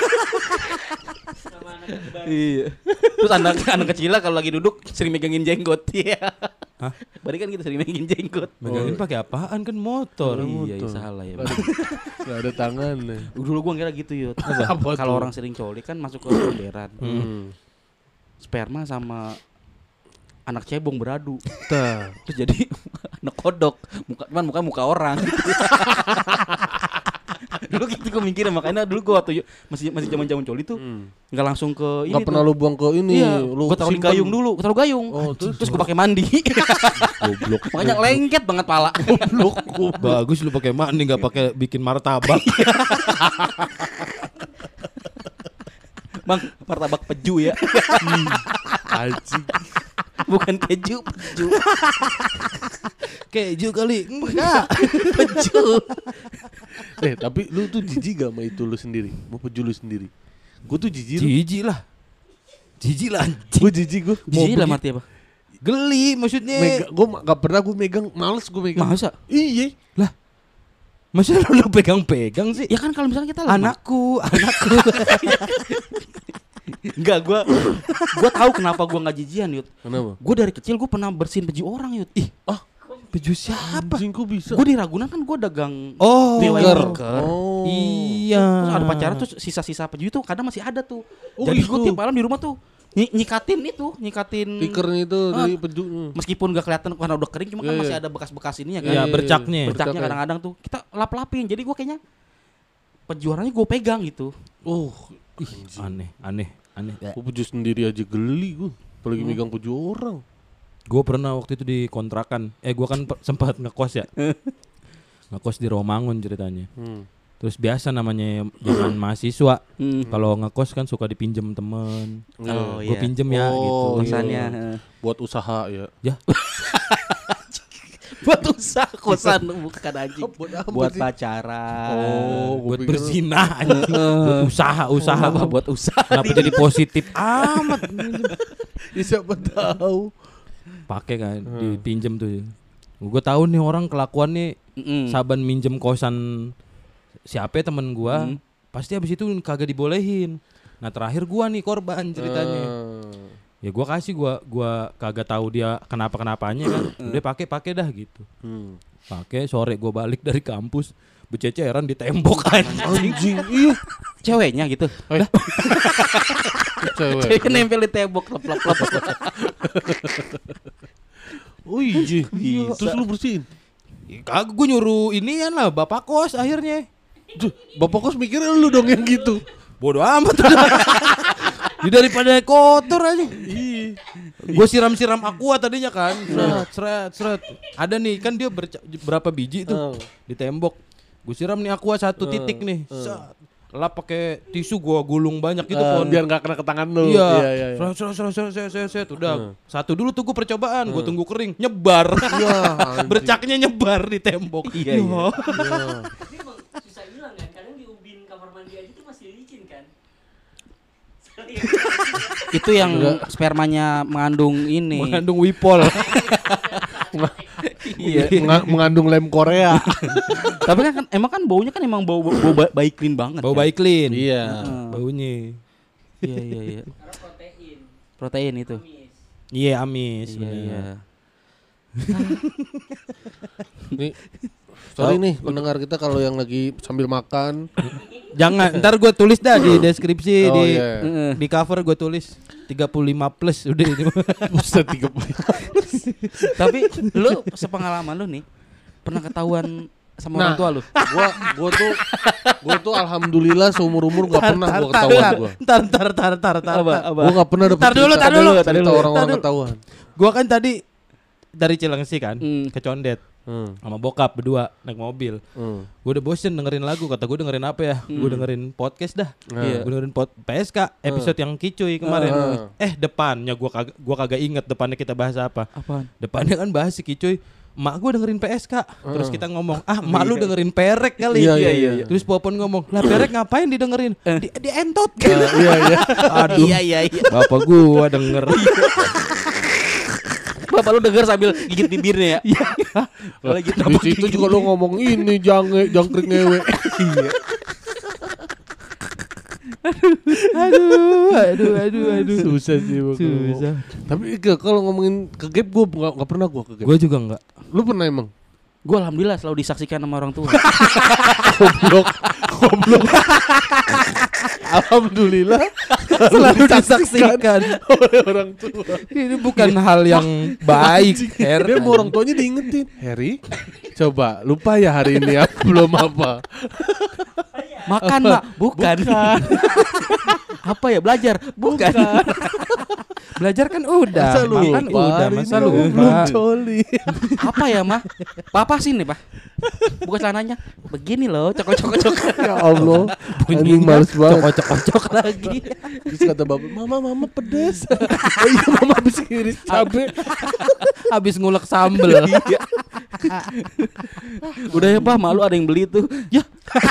Sama anak kembar. Iya. Terus anak anak kecil kalau lagi duduk sering megangin jenggot. Iya. Hah? Bari kan gitu sering megangin jenggot. Megangin pakai apaan kan motor. Oh, iya, iya, motor. salah ya. Gak ada tangannya. Dulu gua ngira gitu yut. Apa Kalau tuh? orang sering coli kan masuk ke emberan. Hmm. Sperma sama anak cebong beradu. Tah. Terus jadi anak kodok, muka cuman muka muka orang gitu. Dulu gitu gue mikirin, makanya dulu gue waktu masih masih zaman-zaman coli tuh nggak hmm. langsung ke ini. Nggak pernah lu buang ke ini. Iya, lu gue taruh di gayung dulu, gue taruh gayung. Oh, terus terus gue pakai mandi. Goblok. Makanya lengket banget pala. Goblok. Bagus lu pakai mandi nggak pakai bikin martabak. Bang, martabak peju ya. Anjing. Bukan keju, peju. Keju kali. Enggak. Peju. Eh, tapi lu tuh jijik gak sama itu lu sendiri? Mau peju lu sendiri? Gue tuh jijik. Jijik lah. Jijik lah. Gue jijik gue. Jijik lah mati apa? Geli maksudnya. Gue gak pernah gue megang, males gue megang. Masa? Iya. Lah. Maksudnya lu pegang-pegang sih? Ya kan kalau misalnya kita lemah. Anakku, anakku. Enggak, gua gua tahu kenapa gua enggak jijian, Yud. Kenapa? Gua dari kecil gua pernah bersihin peju orang, Yud. Ih, Ah, Peju siapa? anjing kok bisa? gua di Ragunan kan gua dagang Oh, D I Y Tinker. tinker. Oh. iya. Terus ada pacaran terus sisa-sisa peju itu kadang masih ada tuh. Oh, Jadi gitu. gua tiap malam di rumah tuh ny- nyikatin itu, nyikatin Tikernya itu Ah. dari peju. meskipun gak kelihatan karena udah kering cuma kan Iya, masih iya. ada bekas-bekas ininya kan. Iya, bercaknya. Bercaknya Bercaknya. kadang-kadang tuh kita lap-lapin. Jadi gua kayaknya peju orangnya gua pegang gitu. Oh, Aneh, aneh, aneh. gue peju sendiri aja geli gue. Apalagi megang peju orang. Gue pernah waktu itu di kontrakan. Eh gue kan pe- sempat ngekos ya. Ngekos di Romangun ceritanya. Hmm. Terus biasa namanya zaman mahasiswa. Hmm. Kalau ngekos kan suka dipinjem temen. Oh, Gue iya. pinjem ya Oh, gitu. iya. Kosannya. Buat usaha ya. Ya, Buat usaha kosan bukan anjing. Buat apa Buat sih? pacaran. Oh, buat gua pikir- berzinah anjing. Buat usaha, usaha. Apa buat usaha? Kenapa jadi positif amat? Ya, siapa tahu. Pakai kan, dipinjem tuh. Gue tahu nih orang kelakuannya Mm-mm. saban minjem kosan siapa ya temen gua, Hmm. pasti abis itu kagak dibolehin. Nah terakhir gua nih korban ceritanya. Ah. Ya gua kasih gua gua kagak tahu dia kenapa kenapanya kan. Udah pakai pakai dah gitu. Hmm. Pakai sore gua balik dari kampus bececeran di tembok anjing. Anjing, iya. Ceweknya gitu. Cewek. Cewek nempel di tembok lep lep lep. Oh iya. Bisa. Terus lu bersihin. Kagak gua nyuruh inian lah bapak kos akhirnya. Duh, Bapak kos mikirnya lu dong yang gitu. Bodoh amat. Di daripada kotor aja. Iya. Gue siram-siram aqua tadinya kan. Seret, seret, seret. Ada nih kan dia berca- berapa biji tuh Oh. di tembok. Gue siram nih aqua satu titik nih. Set. Lap pakai tisu gue gulung banyak gitu Ah, pon. biar enggak kena ke tangan lu. Iya. iya, iya. Seret, seret, seret, seret, seret, seret, seret. Udah. Hmm. Satu dulu tuh gue percobaan. Gue tunggu kering. Nyebar. Iya, anjing. Bercaknya nyebar di tembok. Iya, iya. Iya. Tapi emang susah hilang kan? Kadang di ubin kamar mandi aja tuh masih licin kan? Itu yang spermanya mengandung ini. Mengandung wipol. Iya. Menga- mengandung lem Korea. Tapi kan emang kan baunya kan emang bau bau ba- baik clean banget. Bau kan? baik clean. Iya. Baunya. Iya iya iya. Karena protein, Protein itu. amis. Iya amis. Iya bener. iya. Nih. Sorry nih pendengar kita kalau yang lagi sambil makan. Jangan, ntar gue tulis dah di deskripsi Oh, di iya. Heeh. di cover gue tulis tiga puluh lima plus udah itu. Buset tiga puluh. Tapi lu sepengalaman lu nih pernah ketahuan sama Nah. orang tua lu? Gua gua tuh gua tuh alhamdulillah seumur umur enggak pernah gua ketahuan gua. Ntar ntar ntar ntar ntar. Apa apa? Gua enggak pernah dapet Tar dulu, cerita- tar dulu, tar cerita dulu, orang-orang tar dulu. ketahuan. Gue kan tadi dari Cilengsi kan Hmm. ke Condet Hmm. sama bokap berdua naik mobil. Hmm. Gue udah bosen dengerin lagu, kata gue dengerin apa ya? Gue dengerin podcast dah. Iya. Gue dengerin pod P S K episode yang Kicuy kemarin. Hmm. Eh depannya gue kagak gua kagak inget depannya kita bahas apa. Apaan? Depannya kan bahas si Kicuy. Emak gue dengerin P S K. Terus kita ngomong, ah emak lu dengerin Perek kali. Iya, iya, iya. Terus Popon ngomong, lah Perek ngapain didengerin? Di, di entot kan. Ah, iya iya. Aduh, Iya iya iya. bapak gua denger. Bapak lu denger sambil gigit bibirnya ya. Lah, di situ juga lu ngomong ini jange jangkrik ngewe. Iya. aduh, aduh, aduh, aduh. Susah sih gua. Susah. Tapi ke- kalau ngomongin ke gap gua enggak enggak pernah gua ke gap. Gue juga enggak. Lu pernah emang? Gue alhamdulillah selalu disaksikan sama orang tua. Goblok. Goblok. Alhamdulillah Selalu disaksikan oleh orang tua. Ini bukan hal yang baik, Her. Dia mau orang tuanya diingetin, Harry, coba lupa ya hari ini ya belum apa. Makan, Mak. Bukan. Apa ya? Belajar. Bukan. Belajar kan udah, Masa makan lupa? udah, Hari masa ini lupa. belum coli. Apa ya, Mah? Papa sini, Pak. Buka celananya. Begini loh, cokok-cokok-cokok. Ya Allah, anjing Bunyinya males banget. Cocok-cocok lagi. Terus kata bapak, mama mama pedes. Oh iya mama habis iris cabe. Habis ngulek sambel. Udah ya, Pak, malu ada yang beli tuh. Ya,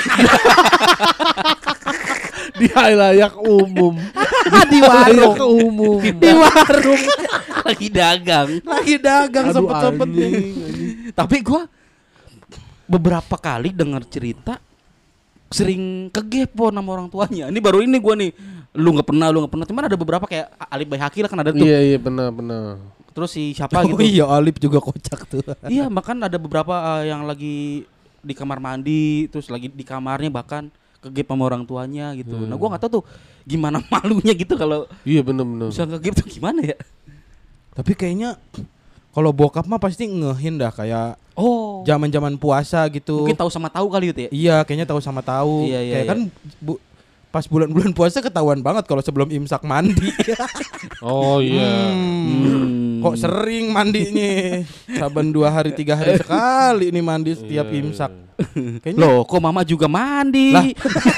Di halayak umum. Di warung. Halayak umum. Di warung lagi dagang. lagi dagang Aduh, sempet-sempetnya. anjing, anjing. Tapi gua beberapa kali dengar cerita sering kegepo sama orang tuanya. Ini baru ini gua nih. Lu nggak pernah, lu nggak pernah. Cuman ada beberapa kayak Alif Baihaqi lah kan ada tuh. Iya iya benar benar. Terus si siapa Oh gitu. iya, Alip juga kocak tuh. Iya, bahkan ada beberapa uh, yang lagi di kamar mandi, terus lagi di kamarnya bahkan kegep sama orang tuanya gitu. Hmm. Nah, gua nggak tahu tuh gimana malunya gitu kalau Iya benar benar. bisa kegep tuh gimana ya? Tapi kayaknya kalau bokap mah pasti ngehin dah kayak Oh. zaman-zaman puasa gitu. Mungkin tahu sama tahu kali itu ya. Iya, kayaknya tahu sama tahu. Iya, iya, Kayak iya. kan bu- pas bulan-bulan puasa ketahuan banget kalau sebelum imsak mandi. Oh iya. Hmm. Kok sering mandinya? Saban dua hari tiga hari sekali nih mandi setiap Iya, imsak. iya. Kayaknya Loh, kok mama juga mandi? Lah.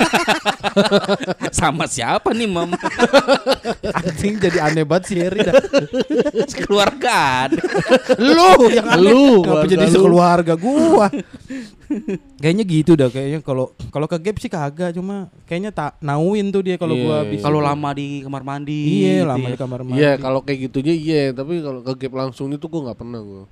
Sama siapa nih, Mam? anjing jadi aneh banget si Heri dah. Keluarga. Lu yang aneh. Lu, Kenapa keluarga jadi lu. sekeluarga gua? Kayaknya gitu dah kayaknya kalau kalau ke gap sih kagak cuma kayaknya tak nauin tuh dia kalau Iya, gua iya. habis Kalau lama di kamar mandi. iya gitu lama ya. di kamar mandi. Iya kalau kayak gitunya iya, tapi kalau ke gap langsung itu gua nggak pernah gua.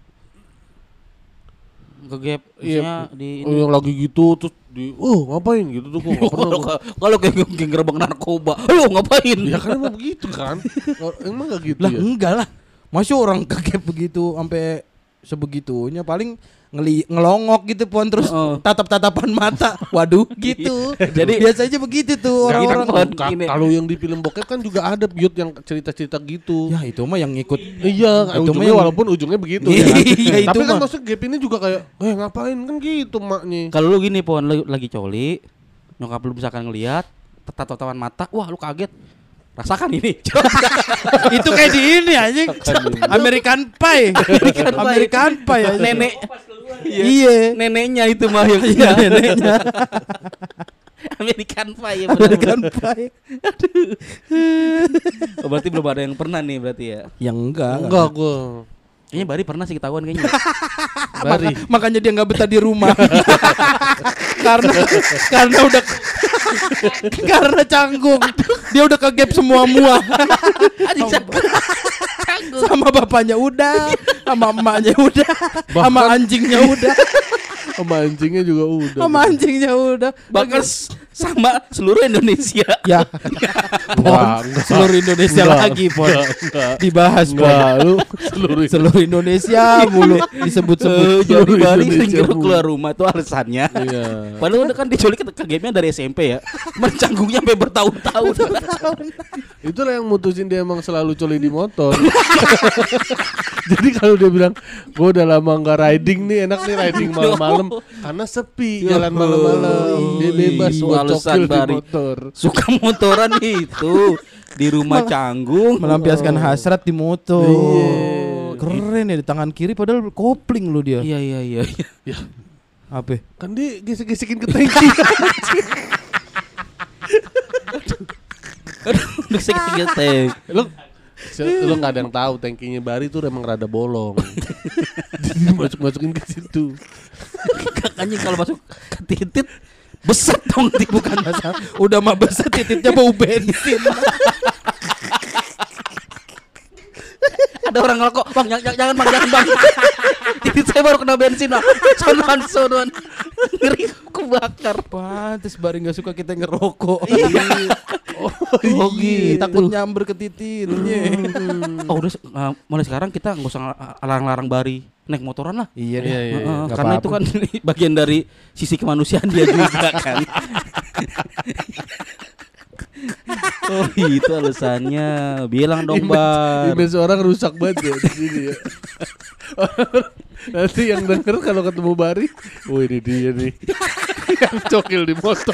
Kegep Iya. maksudnya di Oh yang lagi gitu terus di, oh ngapain gitu tuh gua nggak pernah. Kalau Gua. kalau kayak geng gerbang narkoba, lo ngapain? Ya kan emang begitu kan? Oh, emang nggak gitu Lah ya? enggak lah. Masih orang ke gap begitu sampai sebegitunya paling ngeli ngelongok gitu pun terus Oh. tatap-tatapan mata. Waduh gitu. Jadi- biasanya begitu tuh Nggak, orang-orang. kan, Orang- ka- ini. kalau yang di film bokep kan juga ada Yud yang cerita-cerita gitu. Ya itu mah yang ngikut. Iya, Itu ujungnya mah- walaupun ujungnya begitu Iya, ya. iya, itu Tapi kan mah. maksud gap ini juga kayak, eh ngapain kan gitu maknya. Kalau lu gini pon lu lagi coli, nyokap lu misalkan ngelihat tatap-tatapan mata, wah lu kaget. Rasakan ini. Itu kayak di ini anjing. American Pie. American Pie. American Pie ya. Nenek. Pas keluar Iya. Neneknya itu mah yang Iya neneknya. American Pie ya American benar. Pie. Oh, berarti belum ada yang pernah nih berarti ya. Yang enggak. Enggak gua. Kayaknya Bari pernah sih ketahuan kayaknya. Bari. Maka- makanya dia nggak betah di rumah. karena karena udah karena canggung. Dia udah ke gap semua mua. Adik canggung. Sama bapaknya udah, sama emaknya udah, sama anjingnya udah, Sama anjingnya juga udah. sama anjingnya udah. Bahkan s- sama seluruh Indonesia. Ya, Pon, Enggak, enggak. seluruh Indonesia Enggak, lagi Pon. enggak, enggak. Dibahas Pon. Enggak, lu seluruh Seluruh Indonesia mulu disebut-sebut. Eh, jadi Seluruh Bari Indonesia, sering Bu. keluar rumah tuh alasannya. Iya. Padahal udah kan diculik ke, ke game-nya dari S M P ya. Mencanggungnya sampai bertahun-tahun. Itulah yang mutusin dia emang selalu coli di motor. Jadi kalau dia bilang, gue udah lama nggak riding nih, enak nih riding malam-malam, karena sepi jalan malam-malam, dia bebas Itu buat alasan cokil di Bari. motor. Suka motoran itu di rumah canggung. Melampiaskan hasrat di motor. Iya. Keren ya di tangan kiri padahal kopling lu dia. Iya iya iya. Ya, Apa? kan dia gesek-gesekin ke tangki. Udah saya ketek. Lu se- lu nggak ada yang tahu tangkinya Bari tuh emang rada bolong. Jadi masuk-masukin ke situ. Kakaknya kalau masuk ke titit besar dong nanti bukan masalah. Udah mah besar titiknya bau bensin. Ada orang ngerokok, bang jangan, jangan, jangan bang, jangan bang. Titit saya baru kena bensin bang. Sonon sonon. Ngeri kebakar. Pantes Bari nggak suka kita ngerokok. Iya. Oh gitu. Takut nyamber ke titiknya. Oh udah uh, mulai sekarang kita nggak usah larang-larang Bari naik motoran lah. Iya deh. Iya, iya, Heeh, Nggak karena apa-apa. itu kan bagian dari sisi kemanusiaan dia juga kan. Oh itu alasannya. Bilang dong Bar. Image orang rusak banget ya di sini ya. Nanti yang denger kalau ketemu Bari, oh ini dia nih yang cokil di motor.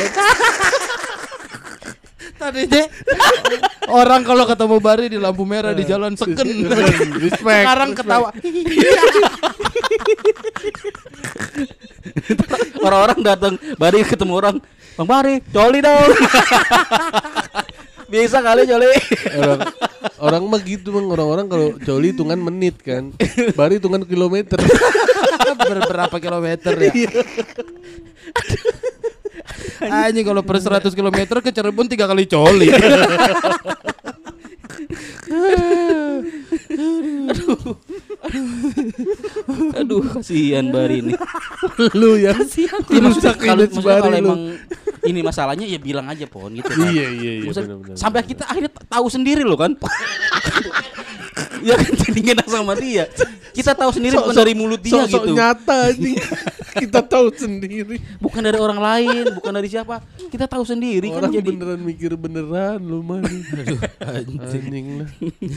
Tadinya orang kalau ketemu Bari di lampu merah di jalan seken. Respect. Sekarang ketawa. Orang-orang datang Bari ketemu orang, Bang Bari, coli dong. Bisa kali coli. Orang orang mah gitu bang, orang-orang kalau coli hitungan menit kan, Bari hitungan kilometer. Ber- berapa kilometer ya? Anjing kalau per seratus kilometer ke Cirebon tiga kali coli. Aduh, kasihan Bari ini. Lu yang Ya, maksudnya rusak kalau, image maksudnya kalau Bari lu. emang ini masalahnya ya bilang aja Pon gitu kan. Iya iya iya. Maksudnya benar-benar. sampai kita akhirnya t- tahu sendiri loh kan. Ya kan jadi enak sama dia. Kita tahu sendiri bukan dari mulut dia Sok-sok gitu. nyata anjing. Kita tahu sendiri. Bukan dari orang lain, bukan dari siapa. Kita tau sendiri Orang kan jadi. beneran mikir beneran lu mah. Aduh, anjing lah.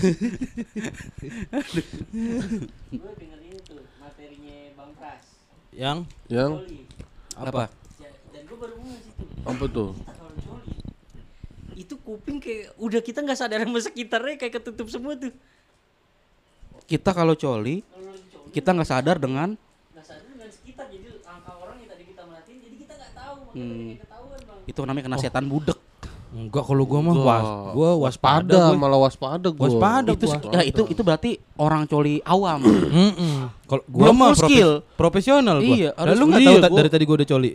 Gue denger ini tuh materinya Bang Pras. Yang Yang Coli. Apa? Ya, dan gue baru ngeh situ. apa tuh? Kalau coli itu kuping kayak udah kita nggak sadar sama sekitarnya kayak ketutup semua tuh. Kita kalau coli, Kalau lagi coli kita nggak sadar dengan nggak sadar dengan sekitar, jadi angka orang yang tadi kita merhatiin jadi kita nggak tahu, makanya Hmm. banyak yang ketahuan bang. itu namanya kena setan budek. enggak kalau gua mah Wah, was, gua waspada, waspada, gua. malah waspada gua. Waspada. Itu gua. ya, itu itu berarti orang coli awam. Mm-mm. Kalau gua Belum mah full profe- skill. profesional gua. Iya, Lah, harus lu enggak iya, tahu ta- gua- dari tadi gua udah coli.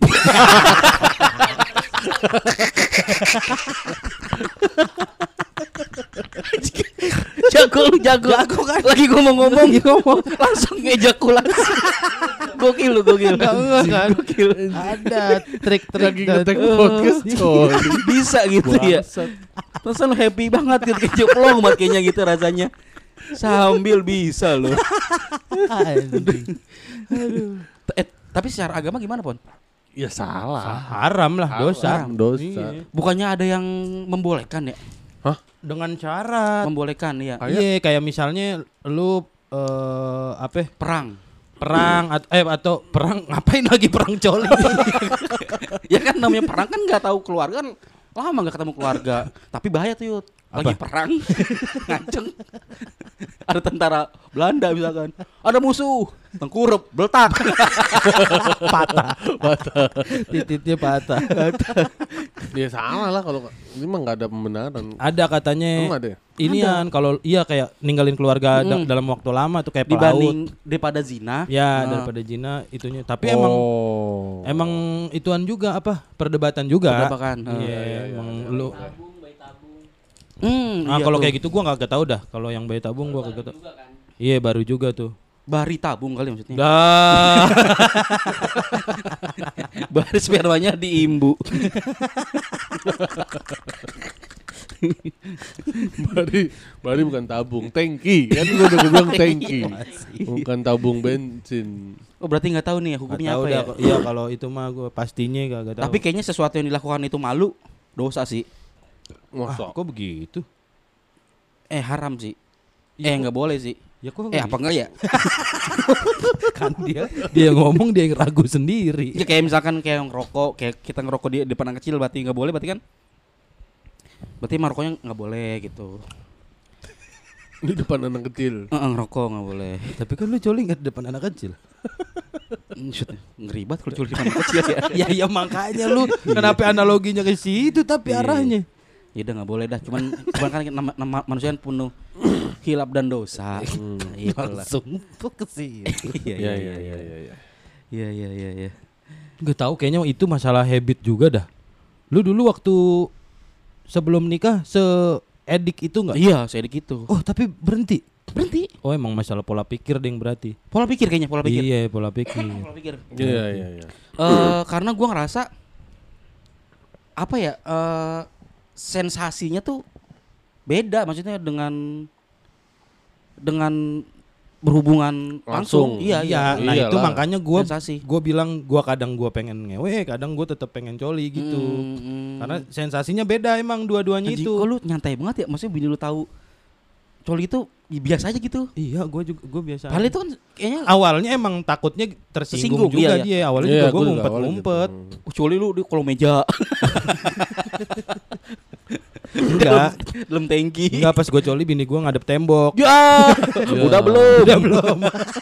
Jago lu jago. Jago kan. Lagi ngomong-ngomong ngomong langsung ngejakulasi. Gokil lu gokil. Enggak enggak kan. Gokil. Ada trik-trik Lagi dan- ngetek podcast coli. Bisa gitu ya. Terus lu happy banget gitu kejeplong banget kayaknya gitu rasanya. Sambil bisa loh. Anjing. Eh, tapi secara agama gimana, Pon? Ya salah. Haram lah, dosa. Haram, dosa. Iya. Bukannya ada yang membolehkan ya? Hah? Dengan syarat. Membolehkan ya. Kayak- Iya, kayak misalnya lu eh apa? Perang. Perang at- eh atau perang ngapain lagi perang coli? Ya kan namanya perang kan nggak tahu keluarga kan lama nggak ketemu keluarga. Tapi bahaya tuh Yud. Lagi perang ngaceng. Ada tentara Belanda misalkan. Ada musuh tengkurap beletak. Patah. Patah. Titiknya patah. Ya salah lah kalau ini mah nggak ada pembenaran. Ada katanya Emang ada ya? inian kalau iya kayak ninggalin keluarga da- Mm. dalam waktu lama tuh kayak Dibanding pelaut. daripada zina. Ya, Nah, daripada zina itunya. Tapi emang Oh. emang ituan juga apa? Perdebatan juga. Perdebatan. Iya, Ah, emang lu. Tabung, bayi tabung Hmm, Ah, iya kalau tuh. kayak gitu gua nggak tahu dah. Kalau yang bayi tabung gua kagak tahu. juga kan. Iya, baru juga tuh. Bari tabung kali maksudnya. Dah. Bari spermanya diimbu. Bari, Bari bukan tabung, tangki. Kan gua udah bilang tangki. Bukan tabung bensin. Oh berarti nggak tahu nih ya Nggak hukumnya tahu apa dah. ya? Iya, kalau itu mah gua pastinya kagak tahu. Tapi kayaknya sesuatu yang dilakukan itu malu dosa sih. Masa? kok begitu? Eh haram sih. Iya, eh nggak boleh sih. Ya kok Eh apa enggak ya? kan dia dia ngomong dia ragu sendiri. Ya kayak misalkan kayak ngerokok, kayak kita ngerokok di depan anak kecil berarti nggak boleh, berarti kan? Berarti mah rokoknya nggak boleh gitu. Di depan anak kecil. Heeh, ngerokok nggak boleh. Tapi kan lu coli nggak di depan anak kecil. Hmm, shoot, ngeri banget kalau curi di depan anak kecil ya. ya ya makanya lu kenapa analoginya ke situ tapi Iya. arahnya. Ya udah nggak boleh dah. Cuman cuman kan nama, nama manusia kan penuh hilap dan dosa. Iya lah. Langsung tuh ke situ. Iya Iya iya iya iya. iya iya. Iya iya iya iya. Gak tahu kayaknya itu masalah habit juga dah. Lu dulu waktu sebelum nikah se-edik itu enggak? Iya, saya gitu. Oh, tapi berhenti. Berhenti. Oh, emang masalah pola pikir deh yang berarti. Pola pikir kayaknya, pola pikir. Iya, pola pikir. Pola pikir. Iya iya iya. Eh karena gua ngerasa apa ya? eh sensasinya tuh beda, maksudnya dengan dengan berhubungan langsung. Langsung. Iya, iya. Iya, nah Iyalah. itu makanya gue Sensasi. gue bilang gue kadang gue pengen ngewe, kadang gue tetap pengen coli gitu. Hmm, hmm. Karena sensasinya beda emang dua-duanya Anjing, itu. kok lu nyantai banget ya? Maksudnya bini lu tahu coli itu ya biasa aja gitu. Iya, gue juga gue biasa. Padahal itu kan kayaknya Awalnya emang takutnya tersinggung Tersinggung, juga iya, iya. dia. Awalnya Iya, juga gue gua juga ngumpet-ngumpet. awalnya gitu. oh, coli lu di kolong meja. Enggak, Dalam tangki. enggak pas gue coli bini gue ngadep tembok. Ya, udah belum? Udah belum.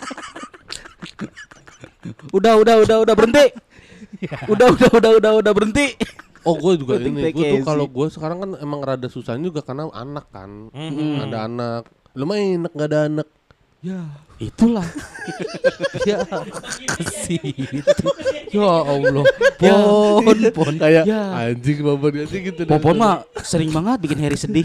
udah, udah, udah, udah berhenti. udah, udah, udah, udah, udah berhenti. Oh gue juga Penting ini, gue tuh P K S. kalau gue sekarang kan emang rada susah juga karena anak kan, Mhm. ada anak, lumayan enak nggak ada anak. Ya, Itulah. ya kasih itu. Ya Allah. Ya. Pon, pon. Kayak Ya. anjing bapak anjing gitu. Popon mah sering banget bikin Harry sedih.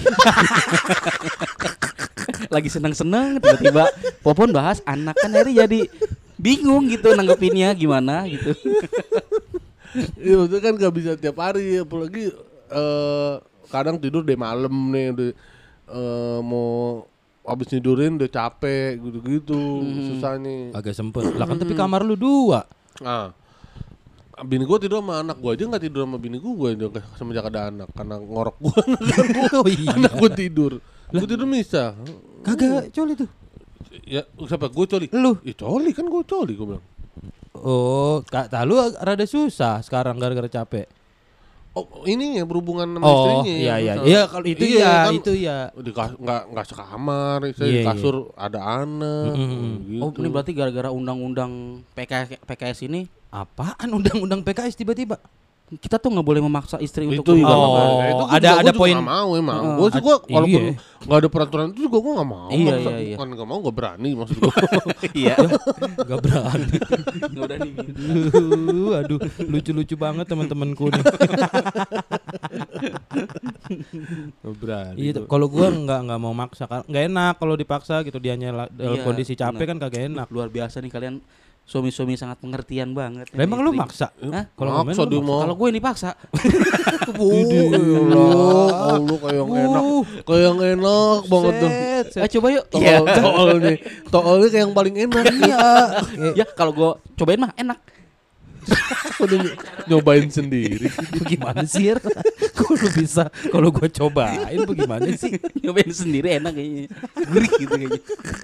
Lagi seneng-seneng tiba-tiba Popon bahas anak, kan Harry jadi bingung gitu nanggepinnya gimana gitu. Iya maksudnya kan gak bisa tiap hari, apalagi eh, kadang tidur deh malam nih, udah eh, mau habis tidurin udah capek gitu-gitu, susah nih. Agak sempet. Lah kan tapi kamar lu dua. Nah, bini gue tidur sama anak gue aja nggak tidur sama bini gue juga semenjak ada anak karena ngorok gue. Oh iya. Anak gue tidur, gue tidur bisa. Kagak coli tuh. Ya siapa gue coli? Lu. Ya coli kan gue coli gue bilang. Oh, Kak Talu rada susah sekarang gara-gara capek. Oh ini ya berhubungan sama Oh, istrinya. iya iya. Susah. Iya kalau itu Iya, ya, kan itu ya. di kas- nggak nggak sekamar, saya Iya, di kasur ada anak. Mm-mm. Gitu. Oh, ini berarti gara-gara undang-undang P K P K S ini Apaan undang-undang P K S tiba-tiba? kita tuh nggak boleh memaksa istri itu untuk juga Oh, makanya. itu gua ada- juga- ada gua juga poin- nggak mau emang. Heeh. Gue sih gue Ad- walaupun iya. nggak ada peraturan itu juga gue nggak mau. Iya, Maksa- iya, iya. Bukan nggak mau, nggak berani maksud gue. Iya. Gak berani. Nggak udah nih. Aduh, aduh, lucu-lucu banget teman-temanku nih. Berani. Iya, kalau gua nggak nggak mau maksa kan, nggak enak kalau dipaksa gitu dianya la- dalam Iya, kondisi capek benar. kan kagak enak. Luar biasa nih kalian, suami-suami sangat pengertian banget. Lah, emang lu Istri. maksa? Hah? Kalau Maksa ngomongin lu dia maksa. mau. Kalau gue ini paksa. Oh, lu kayak yang enak, kayak yang enak banget tuh. Set, set. Eh coba yuk. Tool, toolnya, toolnya kayak yang paling enak. Iya. Ya kalau gue cobain mah enak. Udah ny- nyobain sendiri. Gimana sih? Ir? Kok lu bisa kalau gua cobain bagaimana sih? Nyobain sendiri enak kayaknya. Gurih gitu kayaknya.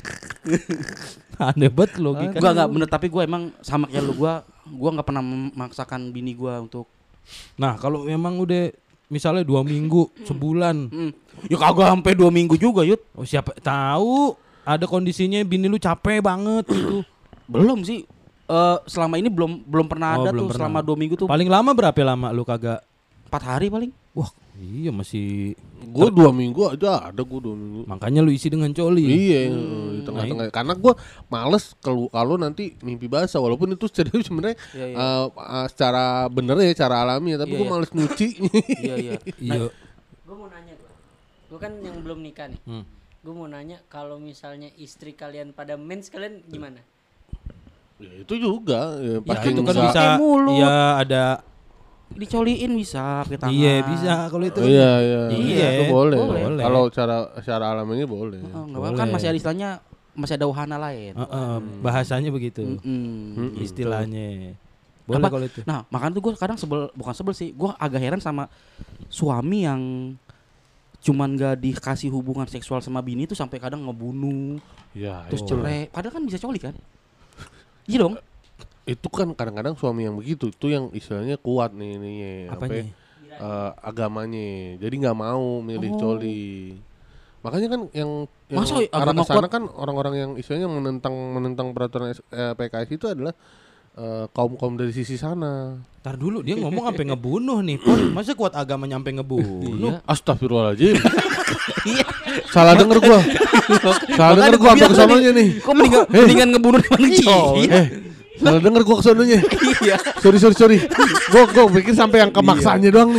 Aneh banget logika. Gua nggak bener, tapi gue emang sama kayak lu, gue gue nggak pernah memaksakan bini gue untuk Nah, kalau memang udah misalnya dua minggu, sebulan, hmm, ya kagak sampai dua minggu juga Yud. oh siapa tahu ada kondisinya bini lu capek banget gitu. Belum sih. Eh, selama ini belum belum pernah Oh, ada belum tuh pernah. selama dua minggu tuh Paling lama berapa lama lu kagak? empat hari paling. Wah, iya masih. Gue dua minggu aja ada gue dua minggu. Makanya lu isi dengan coli. Iya, di tengah-tengah. Karena gue males kalau kalau nanti mimpi basah, walaupun itu sebenarnya sebenarnya Iya, iya. eh, eh, secara bener ya, cara alami ya, tapi Iya, gue iya. males nyuci. Iya iya. Iya. Gue mau nanya gue, gue kan yang belum nikah nih. Hmm. Gue mau nanya kalau misalnya istri kalian pada mens kalian gimana? Ya itu juga, ya, Ya pasti itu kan nggak- bisa. Pakai mulut. Iya ada. Dicoliin bisa pakai tangan. Iya bisa kalau itu. Oh, iya, iya, Iya, itu boleh. boleh. Kalau cara secara alaminya boleh. Oh, nggak apa-apa kan Boleh. masih ada istilahnya, masih ada wahana lain. Heeh, bahasanya begitu. Mm-mm. Istilahnya. Boleh Apa? kalau itu. Nah makanya tuh gue kadang sebel, bukan sebel sih, gue agak heran sama suami yang cuman gak dikasih hubungan seksual sama bini tuh sampai kadang ngebunuh, Ya, terus itu. cerai. Padahal kan bisa coli kan? Iya dong. Itu kan kadang-kadang suami yang begitu itu yang istilahnya kuat nih ininya, apa Apanya? ya, eh, agamanya. Jadi nggak mau milih Oh. coli. Makanya kan yang, yang Masa arah agama kesana kuat? kan orang-orang yang istilahnya menentang menentang peraturan S- eh, P K S itu adalah eh, kaum-kaum dari sisi sana. Ntar dulu dia ngomong sampai ngebunuh nih. Pon, masa kuat agama nyampe ngebunuh? Iya. Astagfirullahaladzim. Iya. Salah denger gua. Salah denger gua sampai kesononya nih. Kok mendingan, Eh. mendingan ngebunuh dibanding Iya. coli? Eh, salah denger gua kesononya. Iya. Sorry sorry sorry. Gua gua pikir sampai yang kemaksanya doang nih.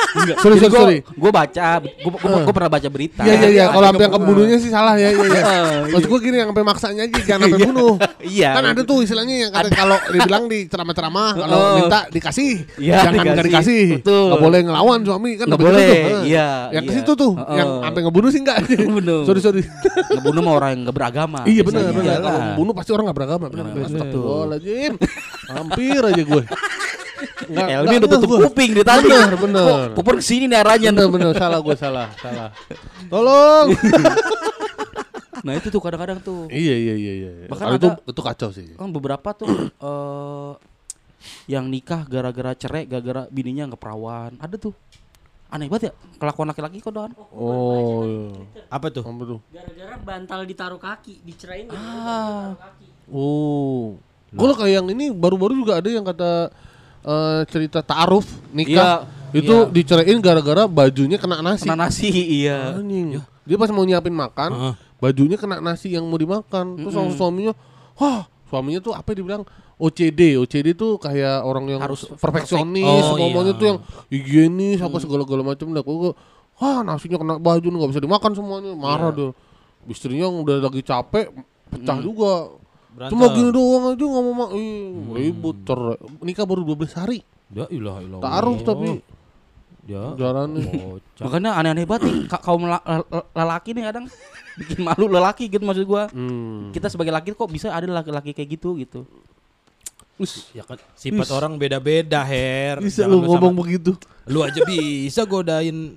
Sorry, sorry, sorry. Gue baca, gue pernah baca berita. Iya iya iya, kalau sampai yang kebunuh. kebunuhnya sih salah ya. Iya iya. Iya. Maksud gue gini, yang sampai maksanya aja jangan sampai bunuh. Iya. Kan ada tuh istilahnya yang kata kalau dibilang di ceramah-ceramah kalau Oh. minta dikasih, Iya, jangan nggak dikasih. dikasih. Betul. Nggak boleh ngelawan suami kan. Nggak begitu boleh. tuh. Heeh. Iya, Yang ke iya. situ tuh, Heeh. yang sampai ngebunuh sih enggak. Ngebunuh. Sorry sorry. Ngebunuh sama orang yang nggak beragama. Iya benar biasanya. benar. Iyalah. Kalau membunuh pasti orang nggak beragama. Benar Benar, benar. betul. Astagfirullahaladzim. Hampir aja gue. Nggak- Elmi nggak udah tutup ngeh gua. kuping dari tadi. Bener bener. Kok Pupur kesini nih arahnya. Bener bener salah gue salah salah. Tolong. Nah itu tuh kadang-kadang tuh. Iya iya iya iya. Bahkan Kalau itu ada- itu kacau sih. Kan beberapa tuh eh yang nikah gara-gara cerai, gara-gara bininya nggak perawan. Ada tuh. Aneh banget ya kelakuan laki-laki kok doan. Oh iya. Apa tuh? Apa tuh? Gara-gara bantal ditaruh kaki, dicerain gara-gara Ah. bantal ditaruh kaki. Oh. Kalau kayak yang ini baru-baru juga ada yang kata eh, cerita ta'aruf nikah Iya, itu iya. diceraiin gara-gara bajunya kena nasi. Kena nasi, iya. Anjing. Dia pas mau nyiapin makan, Heeh. bajunya kena nasi yang mau dimakan. Terus sama suaminya, wah, suaminya tuh apa ya, dibilang O C D. O C D tuh kayak orang yang Harus perfeksionis, perfect. Oh, semuanya iya. tuh yang higienis apa segala-gala macam. Dah gua, wah, nasinya kena baju nggak bisa dimakan semuanya. Marah dia. Istrinya yang udah lagi capek, pecah juga. Berantem. Cuma gini doang aja nggak mau mak, ribut cerai. Nikah baru dua belas hari. Ya ilah ilah. Taruh tapi Ya. jalannya. Bocah. Makanya aneh-aneh banget nih ka- kaum la- la- lelaki nih kadang bikin malu lelaki gitu maksud gua. Hmm. Kita sebagai laki kok bisa ada laki-laki kayak gitu gitu. Wis, Ya kan sifat orang beda-beda, Her. bisa Jangan lu ngomong sama- begitu. Lu aja bisa godain.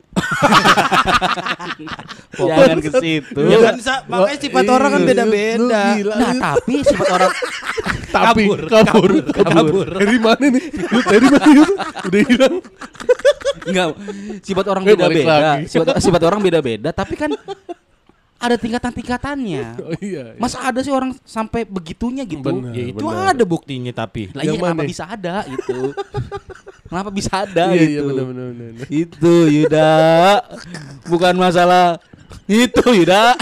Jangan ke situ. Ya kan sa- makanya sifat orang kan Iya, beda-beda. lu gila. Nah, tapi sifat orang Tapi Kabur, kabur, kabur. Dari mana nih? Lu dari mana Yus? Udah hilang. enggak sifat orang Eh, balik beda-beda. lagi. Sifat, sifat orang beda-beda, tapi kan ada tingkatan-tingkatannya. Oh iya. Masa ada sih orang sampai begitunya gitu? Bener. Ya itu benar. ada buktinya tapi. Lah iya Yang kenapa mana? bisa ada gitu? Kenapa bisa ada Iya iya gitu? benar benar benar. Itu Yuda. Bukan masalah itu Yuda.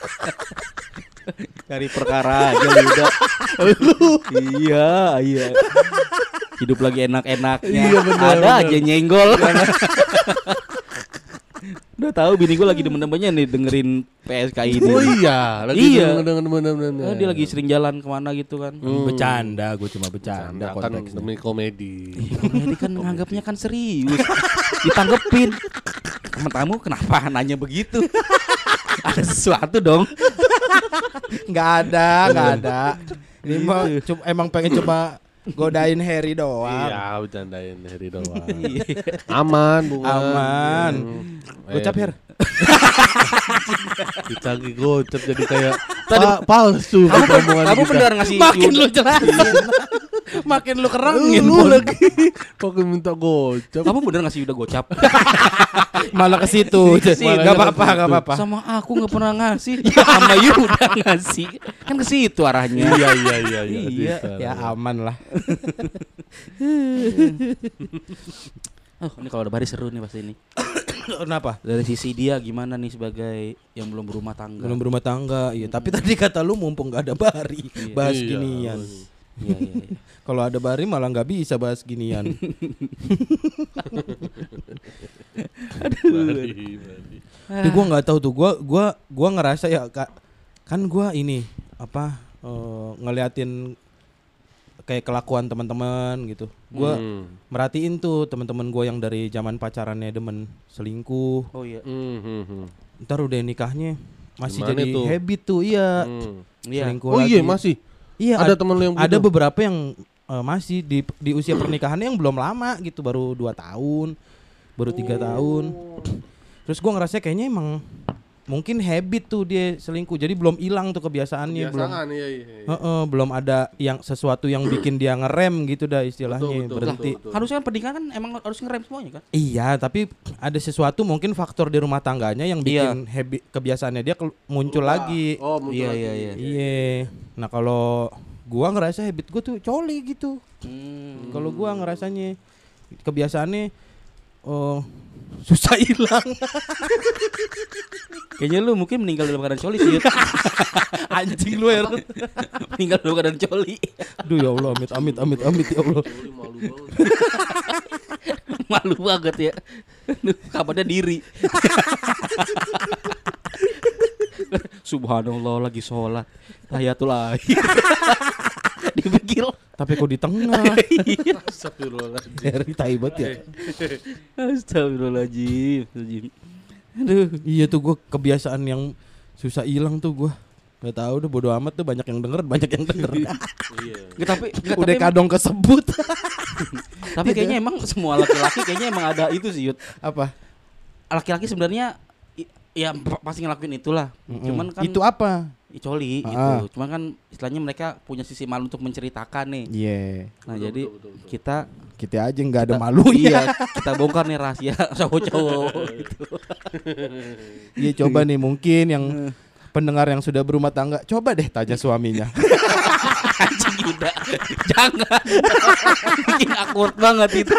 Cari perkara aja Yuda. Iya, iya. Hidup lagi enak-enaknya. Iya, benar, ada benar. aja nyenggol. Udah tahu bini gue lagi demen-demennya nih dengerin P S K ini. Oh iya, lagi Iya. dengan benar benar. Oh, dia lagi sering jalan kemana gitu kan. Hmm. Bercanda, gue cuma bercanda kan konteksnya. demi komedi. Komedi kan nganggapnya kan serius. Ditanggepin. Temen-tamu kenapa nanya begitu? Ada sesuatu dong. Nggak ada, nggak ada. Ini mah cuma emang pengen coba godain Harry doang. Iya, bercandain Heri doang. Aman, bunga. Aman. Hmm. Gocap, Eh, Her. Dicagi gocap jadi kayak Tadi- pa- palsu. Kamu, omongan kamu kita. beneran ngasih Makin Yuda- lu jelasin. Makin lu kerengin. Lu Pun. lagi pakai minta gocap. Kamu beneran ngasih Yuda gocap? Malah ke situ. Ke situ. Gak apa-apa, gak apa-apa. Sama aku nggak pernah ngasih, sama Yuda ngasih. Kan ke situ arahnya. Iya iya iya iya. Iya. bisa. Ya aman lah. Oh, ini kalau ada baris seru nih pasti ini. Kenapa? Dari sisi dia gimana nih sebagai yang belum berumah tangga? Belum berumah tangga. Iya, tapi tadi kata lu mumpung gak ada Bari, Iya. bahas Iya. ginian. Iya, iya, iya. Kalau ada Bari malah nggak bisa bahas ginian. Bari, bari. Tapi gua nggak tahu tuh. Gua gua gua ngerasa ya Kak, kan gua ini apa eh, ngeliatin kayak kelakuan teman-teman gitu. Gua Hmm. merhatiin tuh teman-teman gua yang dari zaman pacarannya demen selingkuh. Oh iya. Hmm, hmm, hmm. Ntar udah nikahnya masih Gimana jadi tuh? habit tuh, iya. Hmm. Iya. Selingkuh Oh iya lagi. masih. Iya, Ada ad- temen lu yang ada begitu? beberapa yang eh, masih di di usia pernikahannya yang belum lama gitu, baru dua tahun, baru tiga tahun. Terus gua ngerasa kayaknya emang mungkin habit tuh dia selingkuh, jadi belum hilang tuh kebiasaannya, belum Kebiasaan iya iya. iya. Heeh, belum ada yang sesuatu yang bikin dia ngerem gitu dah istilahnya, Betul, betul, berhenti. betul, betul. Harusnya kan pernikahan kan emang harus ngerem semuanya kan? Iya, tapi ada sesuatu mungkin faktor di rumah tangganya yang bikin habit kebiasaannya dia kel- muncul lagi. Oh, muncul Iya, lagi. iya, iya. Iya. Nah, kalau gua ngerasa habit gua tuh coli gitu. Hmm. Kalau gua ngerasanya kebiasaannya oh susah hilang. Kayaknya lu mungkin meninggal dalam keadaan coli sih. Yud. Anjing lu, Er. Meninggal dalam keadaan coli. Aduh ya Allah, amit amit amit amit ya Allah. Malu banget. Malu banget ya. Kabarnya diri. Subhanallah lagi sholat tahiyatul akhir. Dipikir Tapi kok di tengah. Astagfirullahaladzim. Dari taibat ya. Astagfirullahaladzim. Astagfirullahaladzim. Aduh. Iya tuh gue kebiasaan yang susah hilang tuh gue. Gak tahu udah bodo amat tuh, banyak yang denger, banyak yang denger. Iya. Nggak, tapi nggak, Udah tapi, kadang kesebut. tapi kayaknya emang semua laki-laki kayaknya emang ada itu sih Yud. Apa? Laki-laki sebenarnya i- ya p- pasti ngelakuin itulah. Mm-mm. Cuman kan Itu apa? i- coli Ah. gitu. Cuman kan istilahnya mereka punya sisi malu untuk menceritakan nih. Iya. Nah, Betul, jadi betul, betul, betul. kita Kita aja nggak ada kita- malunya. Iya, kita bongkar nih rahasia cowok-cowok gitu. Iya coba nih mungkin yang pendengar yang sudah berumah tangga, coba deh tanya suaminya. Anjing Yuda. Jangan. Bikin awkward banget itu.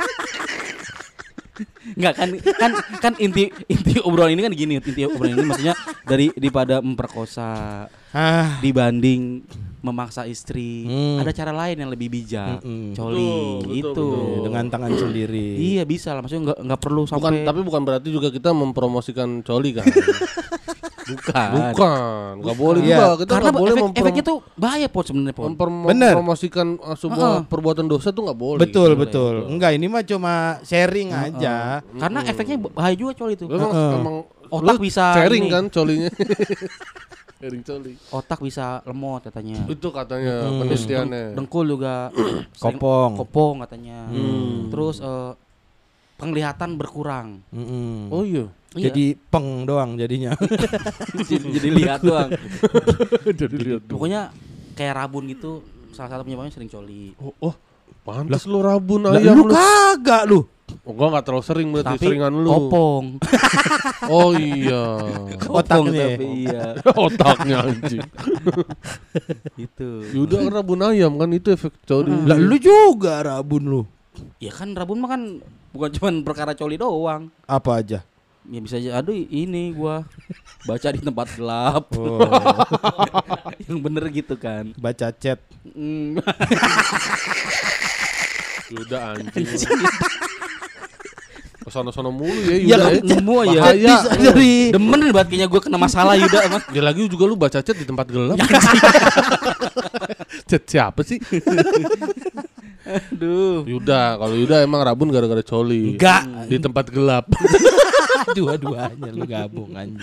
Enggak kan kan kan inti inti obrolan ini kan gini, inti obrolan ini maksudnya dari daripada memperkosa Ah, dibanding memaksa istri, Hmm. ada cara lain yang lebih bijak. Mm-mm. Coli Betul, betul, itu. betul. dengan tangan sendiri. Iya bisa lah, maksudnya nggak nggak perlu Bukan, sampai tapi bukan berarti juga kita mempromosikan coli kan? bukan. Bukan, nggak boleh Iya, juga. Kita Karena nggak boleh efek, memprom- efeknya tuh bahaya pot sebenarnya pot. Bener. mempromosikan uh, sebuah Heeh. perbuatan dosa tuh nggak boleh. Betul boleh, betul. betul. Enggak, ini mah cuma sharing aja. Karena efeknya bahaya juga coli itu. Lu Emang, Heeh. emang Otak lu bisa sharing ini. kan colinya. Sharing coli. Otak bisa lemot katanya. Itu katanya Hmm. penelitiannya. Dengkul juga sering- Kopong. kopong katanya. Hmm. Terus eh, penglihatan berkurang. Mm-mm. Oh iya. Iya. Jadi peng doang jadinya. jadi, jadi lihat doang. Jadi lihat tuh. Pokoknya kayak rabun gitu. Salah satu penyebabnya sering coli. Oh, oh pantas lu rabun Lah, ayam lu lu. kagak lu. Oh, gua enggak terlalu sering berarti Tapi seringan lu. kopong. Oh iya. Kopong Otaknya. tapi iya. Otaknya anjing. Itu. Yaudah kan rabun ayam kan itu efek coli. Lah lu juga rabun lu. Ya kan rabun mah kan bukan cuma perkara coli doang. Apa aja? Ya bisa aja, aduh ini gua baca di tempat gelap. Oh, Yang bener gitu kan. baca chat. Mm. Yaudah anjing. Kesana-sana mulu ya Iya Yuda. kan ya. semua ya. Bahaya. Bisa dari Demen banget kayaknya gue kena masalah Yuda emang. Ya lagi juga lu baca chat di tempat gelap. Chat siapa sih? Aduh. Yuda, kalau Yuda emang rabun gara-gara coli. Enggak. Di tempat gelap. dua-duanya lu gabung anjing.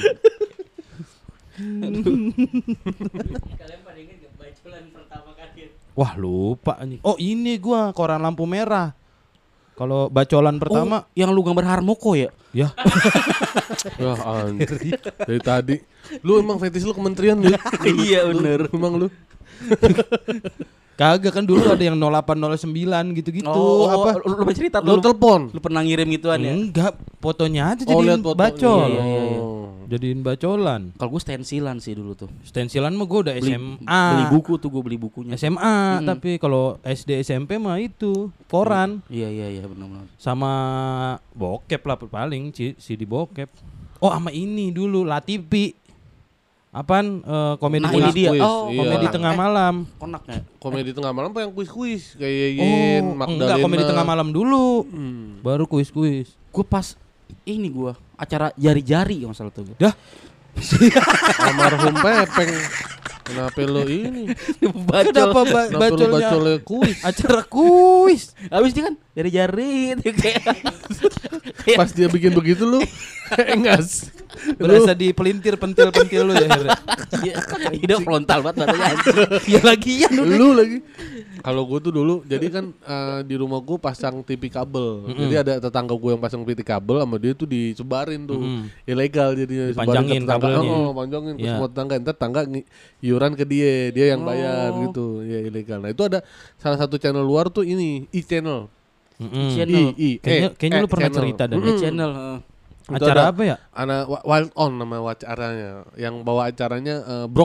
Kalian pada ingat gak bacolan pertama kali? Wah, lupa anjing. Oh, ini gua koran lampu merah. Kalau bacolan pertama, Oh, yang lu gambar Harmoko ya? ya Ya anjing. Dari tadi. Lu emang fetish lu kementerian lu. Iya bener. Emang lu. kagak kan dulu ada yang nol delapan nol sembilan gitu-gitu. Oh, apa? Lu, lu pernah cerita Lu tuh? Lu, telepon. lu pernah ngirim gituan ya? Enggak, fotonya aja Oh, jadiin lihat foto. bacol. Iya, iya, iya. Oh. Jadiin bacolan. Kalau gue stensilan sih dulu tuh. Stensilan mah gua udah Beli, S M A. beli buku tuh gue beli bukunya. S M A, Mm-mm. tapi kalau S D S M P mah itu koran Iya iya iya benar-benar. sama bokep lah paling C- C D bokep. Oh, sama ini dulu La T V. Apaan eh, komedi Nah kuis- ini dia. kuis, Oh, iya. komedi konak. tengah Eh, malam. konak ya? Komedi tengah malam apa yang kuis-kuis kayak Yen, Oh, Magdalena. enggak komedi tengah malam dulu. Hmm. Baru kuis-kuis. Gue pas ini gue acara jari-jari kalau nggak salah tuh. Dah. Almarhum Pepeng. Kenapa lo ini? Kenapa ba- Kenapa lo bacolnya bacolnya kuis? acara kuis? Habis dia kan jari-jari tuh kayak kayak Pas dia bikin begitu lu engas. Berasa di pelintir pentil-pentil lu ya. Hera. hidup frontal banget matanya anjing. Ya lagi ya lu. Lu lagi. Kalau gue tuh dulu, jadi kan eh, di rumah gue pasang T V kabel. Jadi ada tetangga gue yang pasang T V kabel sama dia tuh disebarin tuh. Mm-mm. Ilegal jadinya. disebarin Dipanjangin ke tetangga. kabelnya. Oh, panjangin ke Iya. semua tetangga. Ntar tetangga ngi- iuran ke dia, dia yang bayar Oh. gitu. Ya ilegal. Nah itu ada salah satu channel luar tuh ini, e-channel. Mm-mm. Channel. I, I, Kayaknya, eh, kayaknya lu eh, pernah channel. cerita dan Mm-mm. channel. heeh. Itu acara ada apa ya? Anak Wa- Wild On nama acaranya. Yang bawa acaranya eh, Brok Burk.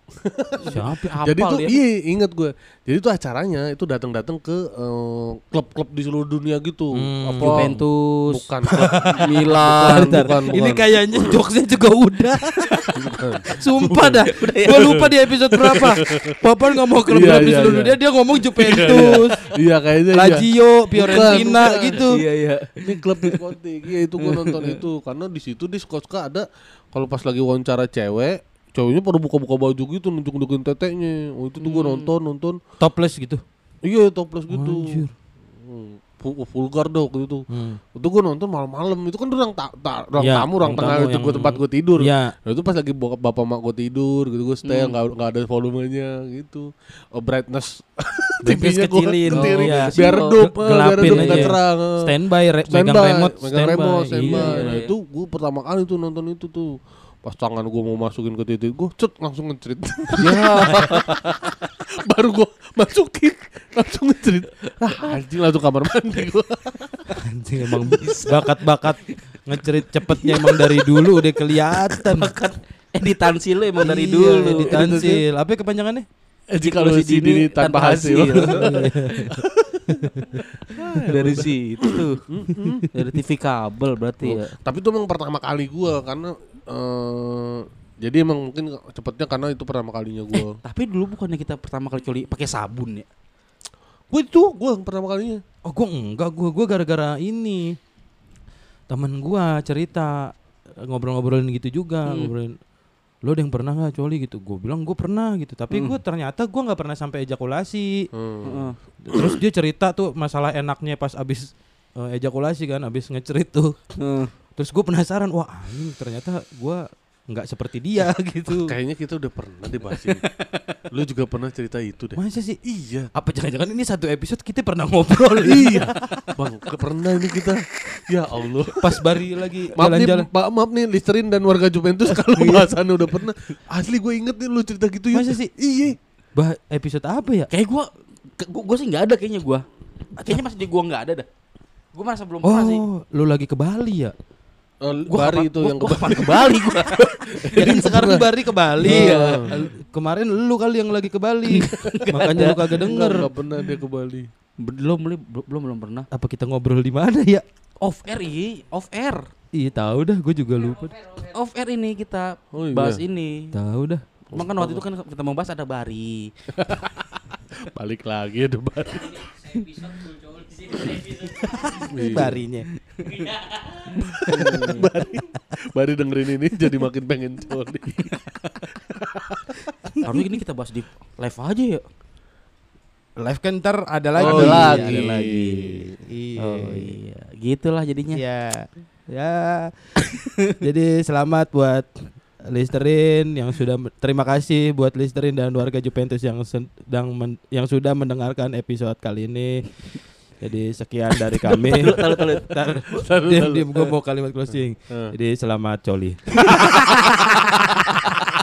Siapa apal Jadi tuh ya? iya inget gue. Jadi tuh acaranya itu datang-datang ke eh, klub-klub di seluruh dunia gitu. Hmm, Apa Juventus, bukan klub Milan. bukan, bukan, Ini bukan. kayaknya jokesnya juga udah. Bukan. Sumpah dah. Gue lupa di episode berapa. Bapak ngomong klub Iya, di iya, seluruh iya. dunia, dia ngomong Juventus, Iya kayaknya iya. Lazio, Fiorentina bukan. gitu. Iya iya. Ini klub diskotik. Iya itu gue nonton itu karena di situ di suka ada kalau pas lagi wawancara cewek, ceweknya pada buka-buka baju gitu nunjuk-nunjukin teteknya. Oh itu tuh gue nonton nonton. Topless gitu. Iya topless gitu. Anjir. Hmm, vul- vulgar dong gitu. Hmm. Itu gue nonton malam-malam. Itu kan ruang ta- ta- ruang Ya, tamu, ruang ruang tengah tamu itu yang- gue tempat gue tidur. Iya. Nah, itu pas lagi bokap bapak mak gue tidur gitu gue stay nggak nggak ada volumenya gitu. Oh, brightness Brightness T V-nya gua kecilin. kecilin. Iya. biar redup, eh, biar Gelapin redup aja. nggak cerah. Standby, re- megang Standby, remote, megang remote, standby. standby. Iya. Nah itu gue pertama kali tuh nonton itu tuh. Pas tangan gue mau masukin ke titik gue, cet langsung ngecerit. Ya. Baru gue masukin, langsung ngecerit. Ah, anjing langsung kamar mandi gue. Anjing emang bakat-bakat ngecerit cepetnya emang dari dulu udah kelihatan. Bakat editansi lu emang dari Iya, dulu. editansil. Apa ya kepanjangannya? Jadi kalau si Dini tanpa hasil. Dari situ tuh. Dari T V kabel berarti ya. Tapi itu emang pertama kali gue karena eh jadi emang mungkin cepetnya karena itu pertama kalinya gue. Tapi dulu bukannya kita pertama kali coli pakai sabun ya? Gue itu gue pertama kalinya. Oh gue enggak, gue gue gara-gara ini temen gue cerita ngobrol-ngobrolin gitu juga, Hmm. ngobrolin lo ada yang pernah nggak coli gitu, gue bilang gue pernah gitu, tapi gue ternyata gue nggak pernah sampai ejakulasi. Hmm. Heeh. Terus dia cerita tuh masalah enaknya pas abis eh, ejakulasi kan, abis ngecerit tuh. Heeh. Terus gue penasaran, wah anjing ternyata gue nggak seperti dia gitu. Kayaknya kita udah pernah dibahas ini. Lu juga pernah cerita itu deh. Masa sih? Iya. Apa jangan-jangan ini satu episode kita pernah ngobrol? Iya. Bang, ke- pernah ini kita. Ya Allah. Pas Bari lagi Maaf nih, jalan-jalan. Pak, maaf nih Listerin dan warga Juventus kalau bahasannya udah pernah. Asli gue inget nih lu cerita gitu ya. Masa sih? Iya. Bah, episode apa ya? Kayak gua ke- gua, gua sih enggak ada kayaknya gua. Kayaknya masih di gua enggak ada dah. Gua merasa belum pernah sih. Oh, lu lagi ke Bali ya? Oh, Gua Bari kapan- itu gua- yang gua ke kapan ke Bali gua. Ya kan sekarang Bari ke Bali. Iya. Kemarin lu kali yang lagi ke Bali. Makanya lu kagak denger. Enggak pernah dia ke Bali. Belum belum belum belum pernah. Apa kita ngobrol di mana ya? Off air iya, off air. Iya tahu dah, gue juga lupa. Off air ini kita Oh, iya. bahas ini. Tahu dah. Emang kan waktu itu kan kita mau bahas ada Bari. Balik lagi ada Bari. Iya. Barinya. Bari. Bari dengerin ini jadi makin pengen coli. Harusnya ini kita bahas di live aja ya. Live kan ntar ada lagi. Oh, ada iya, lagi. ada lagi. Iya. Oh iya, gitulah jadinya. Iya. Ya. Jadi selamat buat Listerin yang sudah terima kasih buat Listerin dan warga Juventus yang sedang men- yang sudah mendengarkan episode kali ini. Jadi sekian dari kami. Tahu tahu. Tar- Taruh, Diam taruh. diam gue mau kalimat closing. Eh. Jadi selamat coli.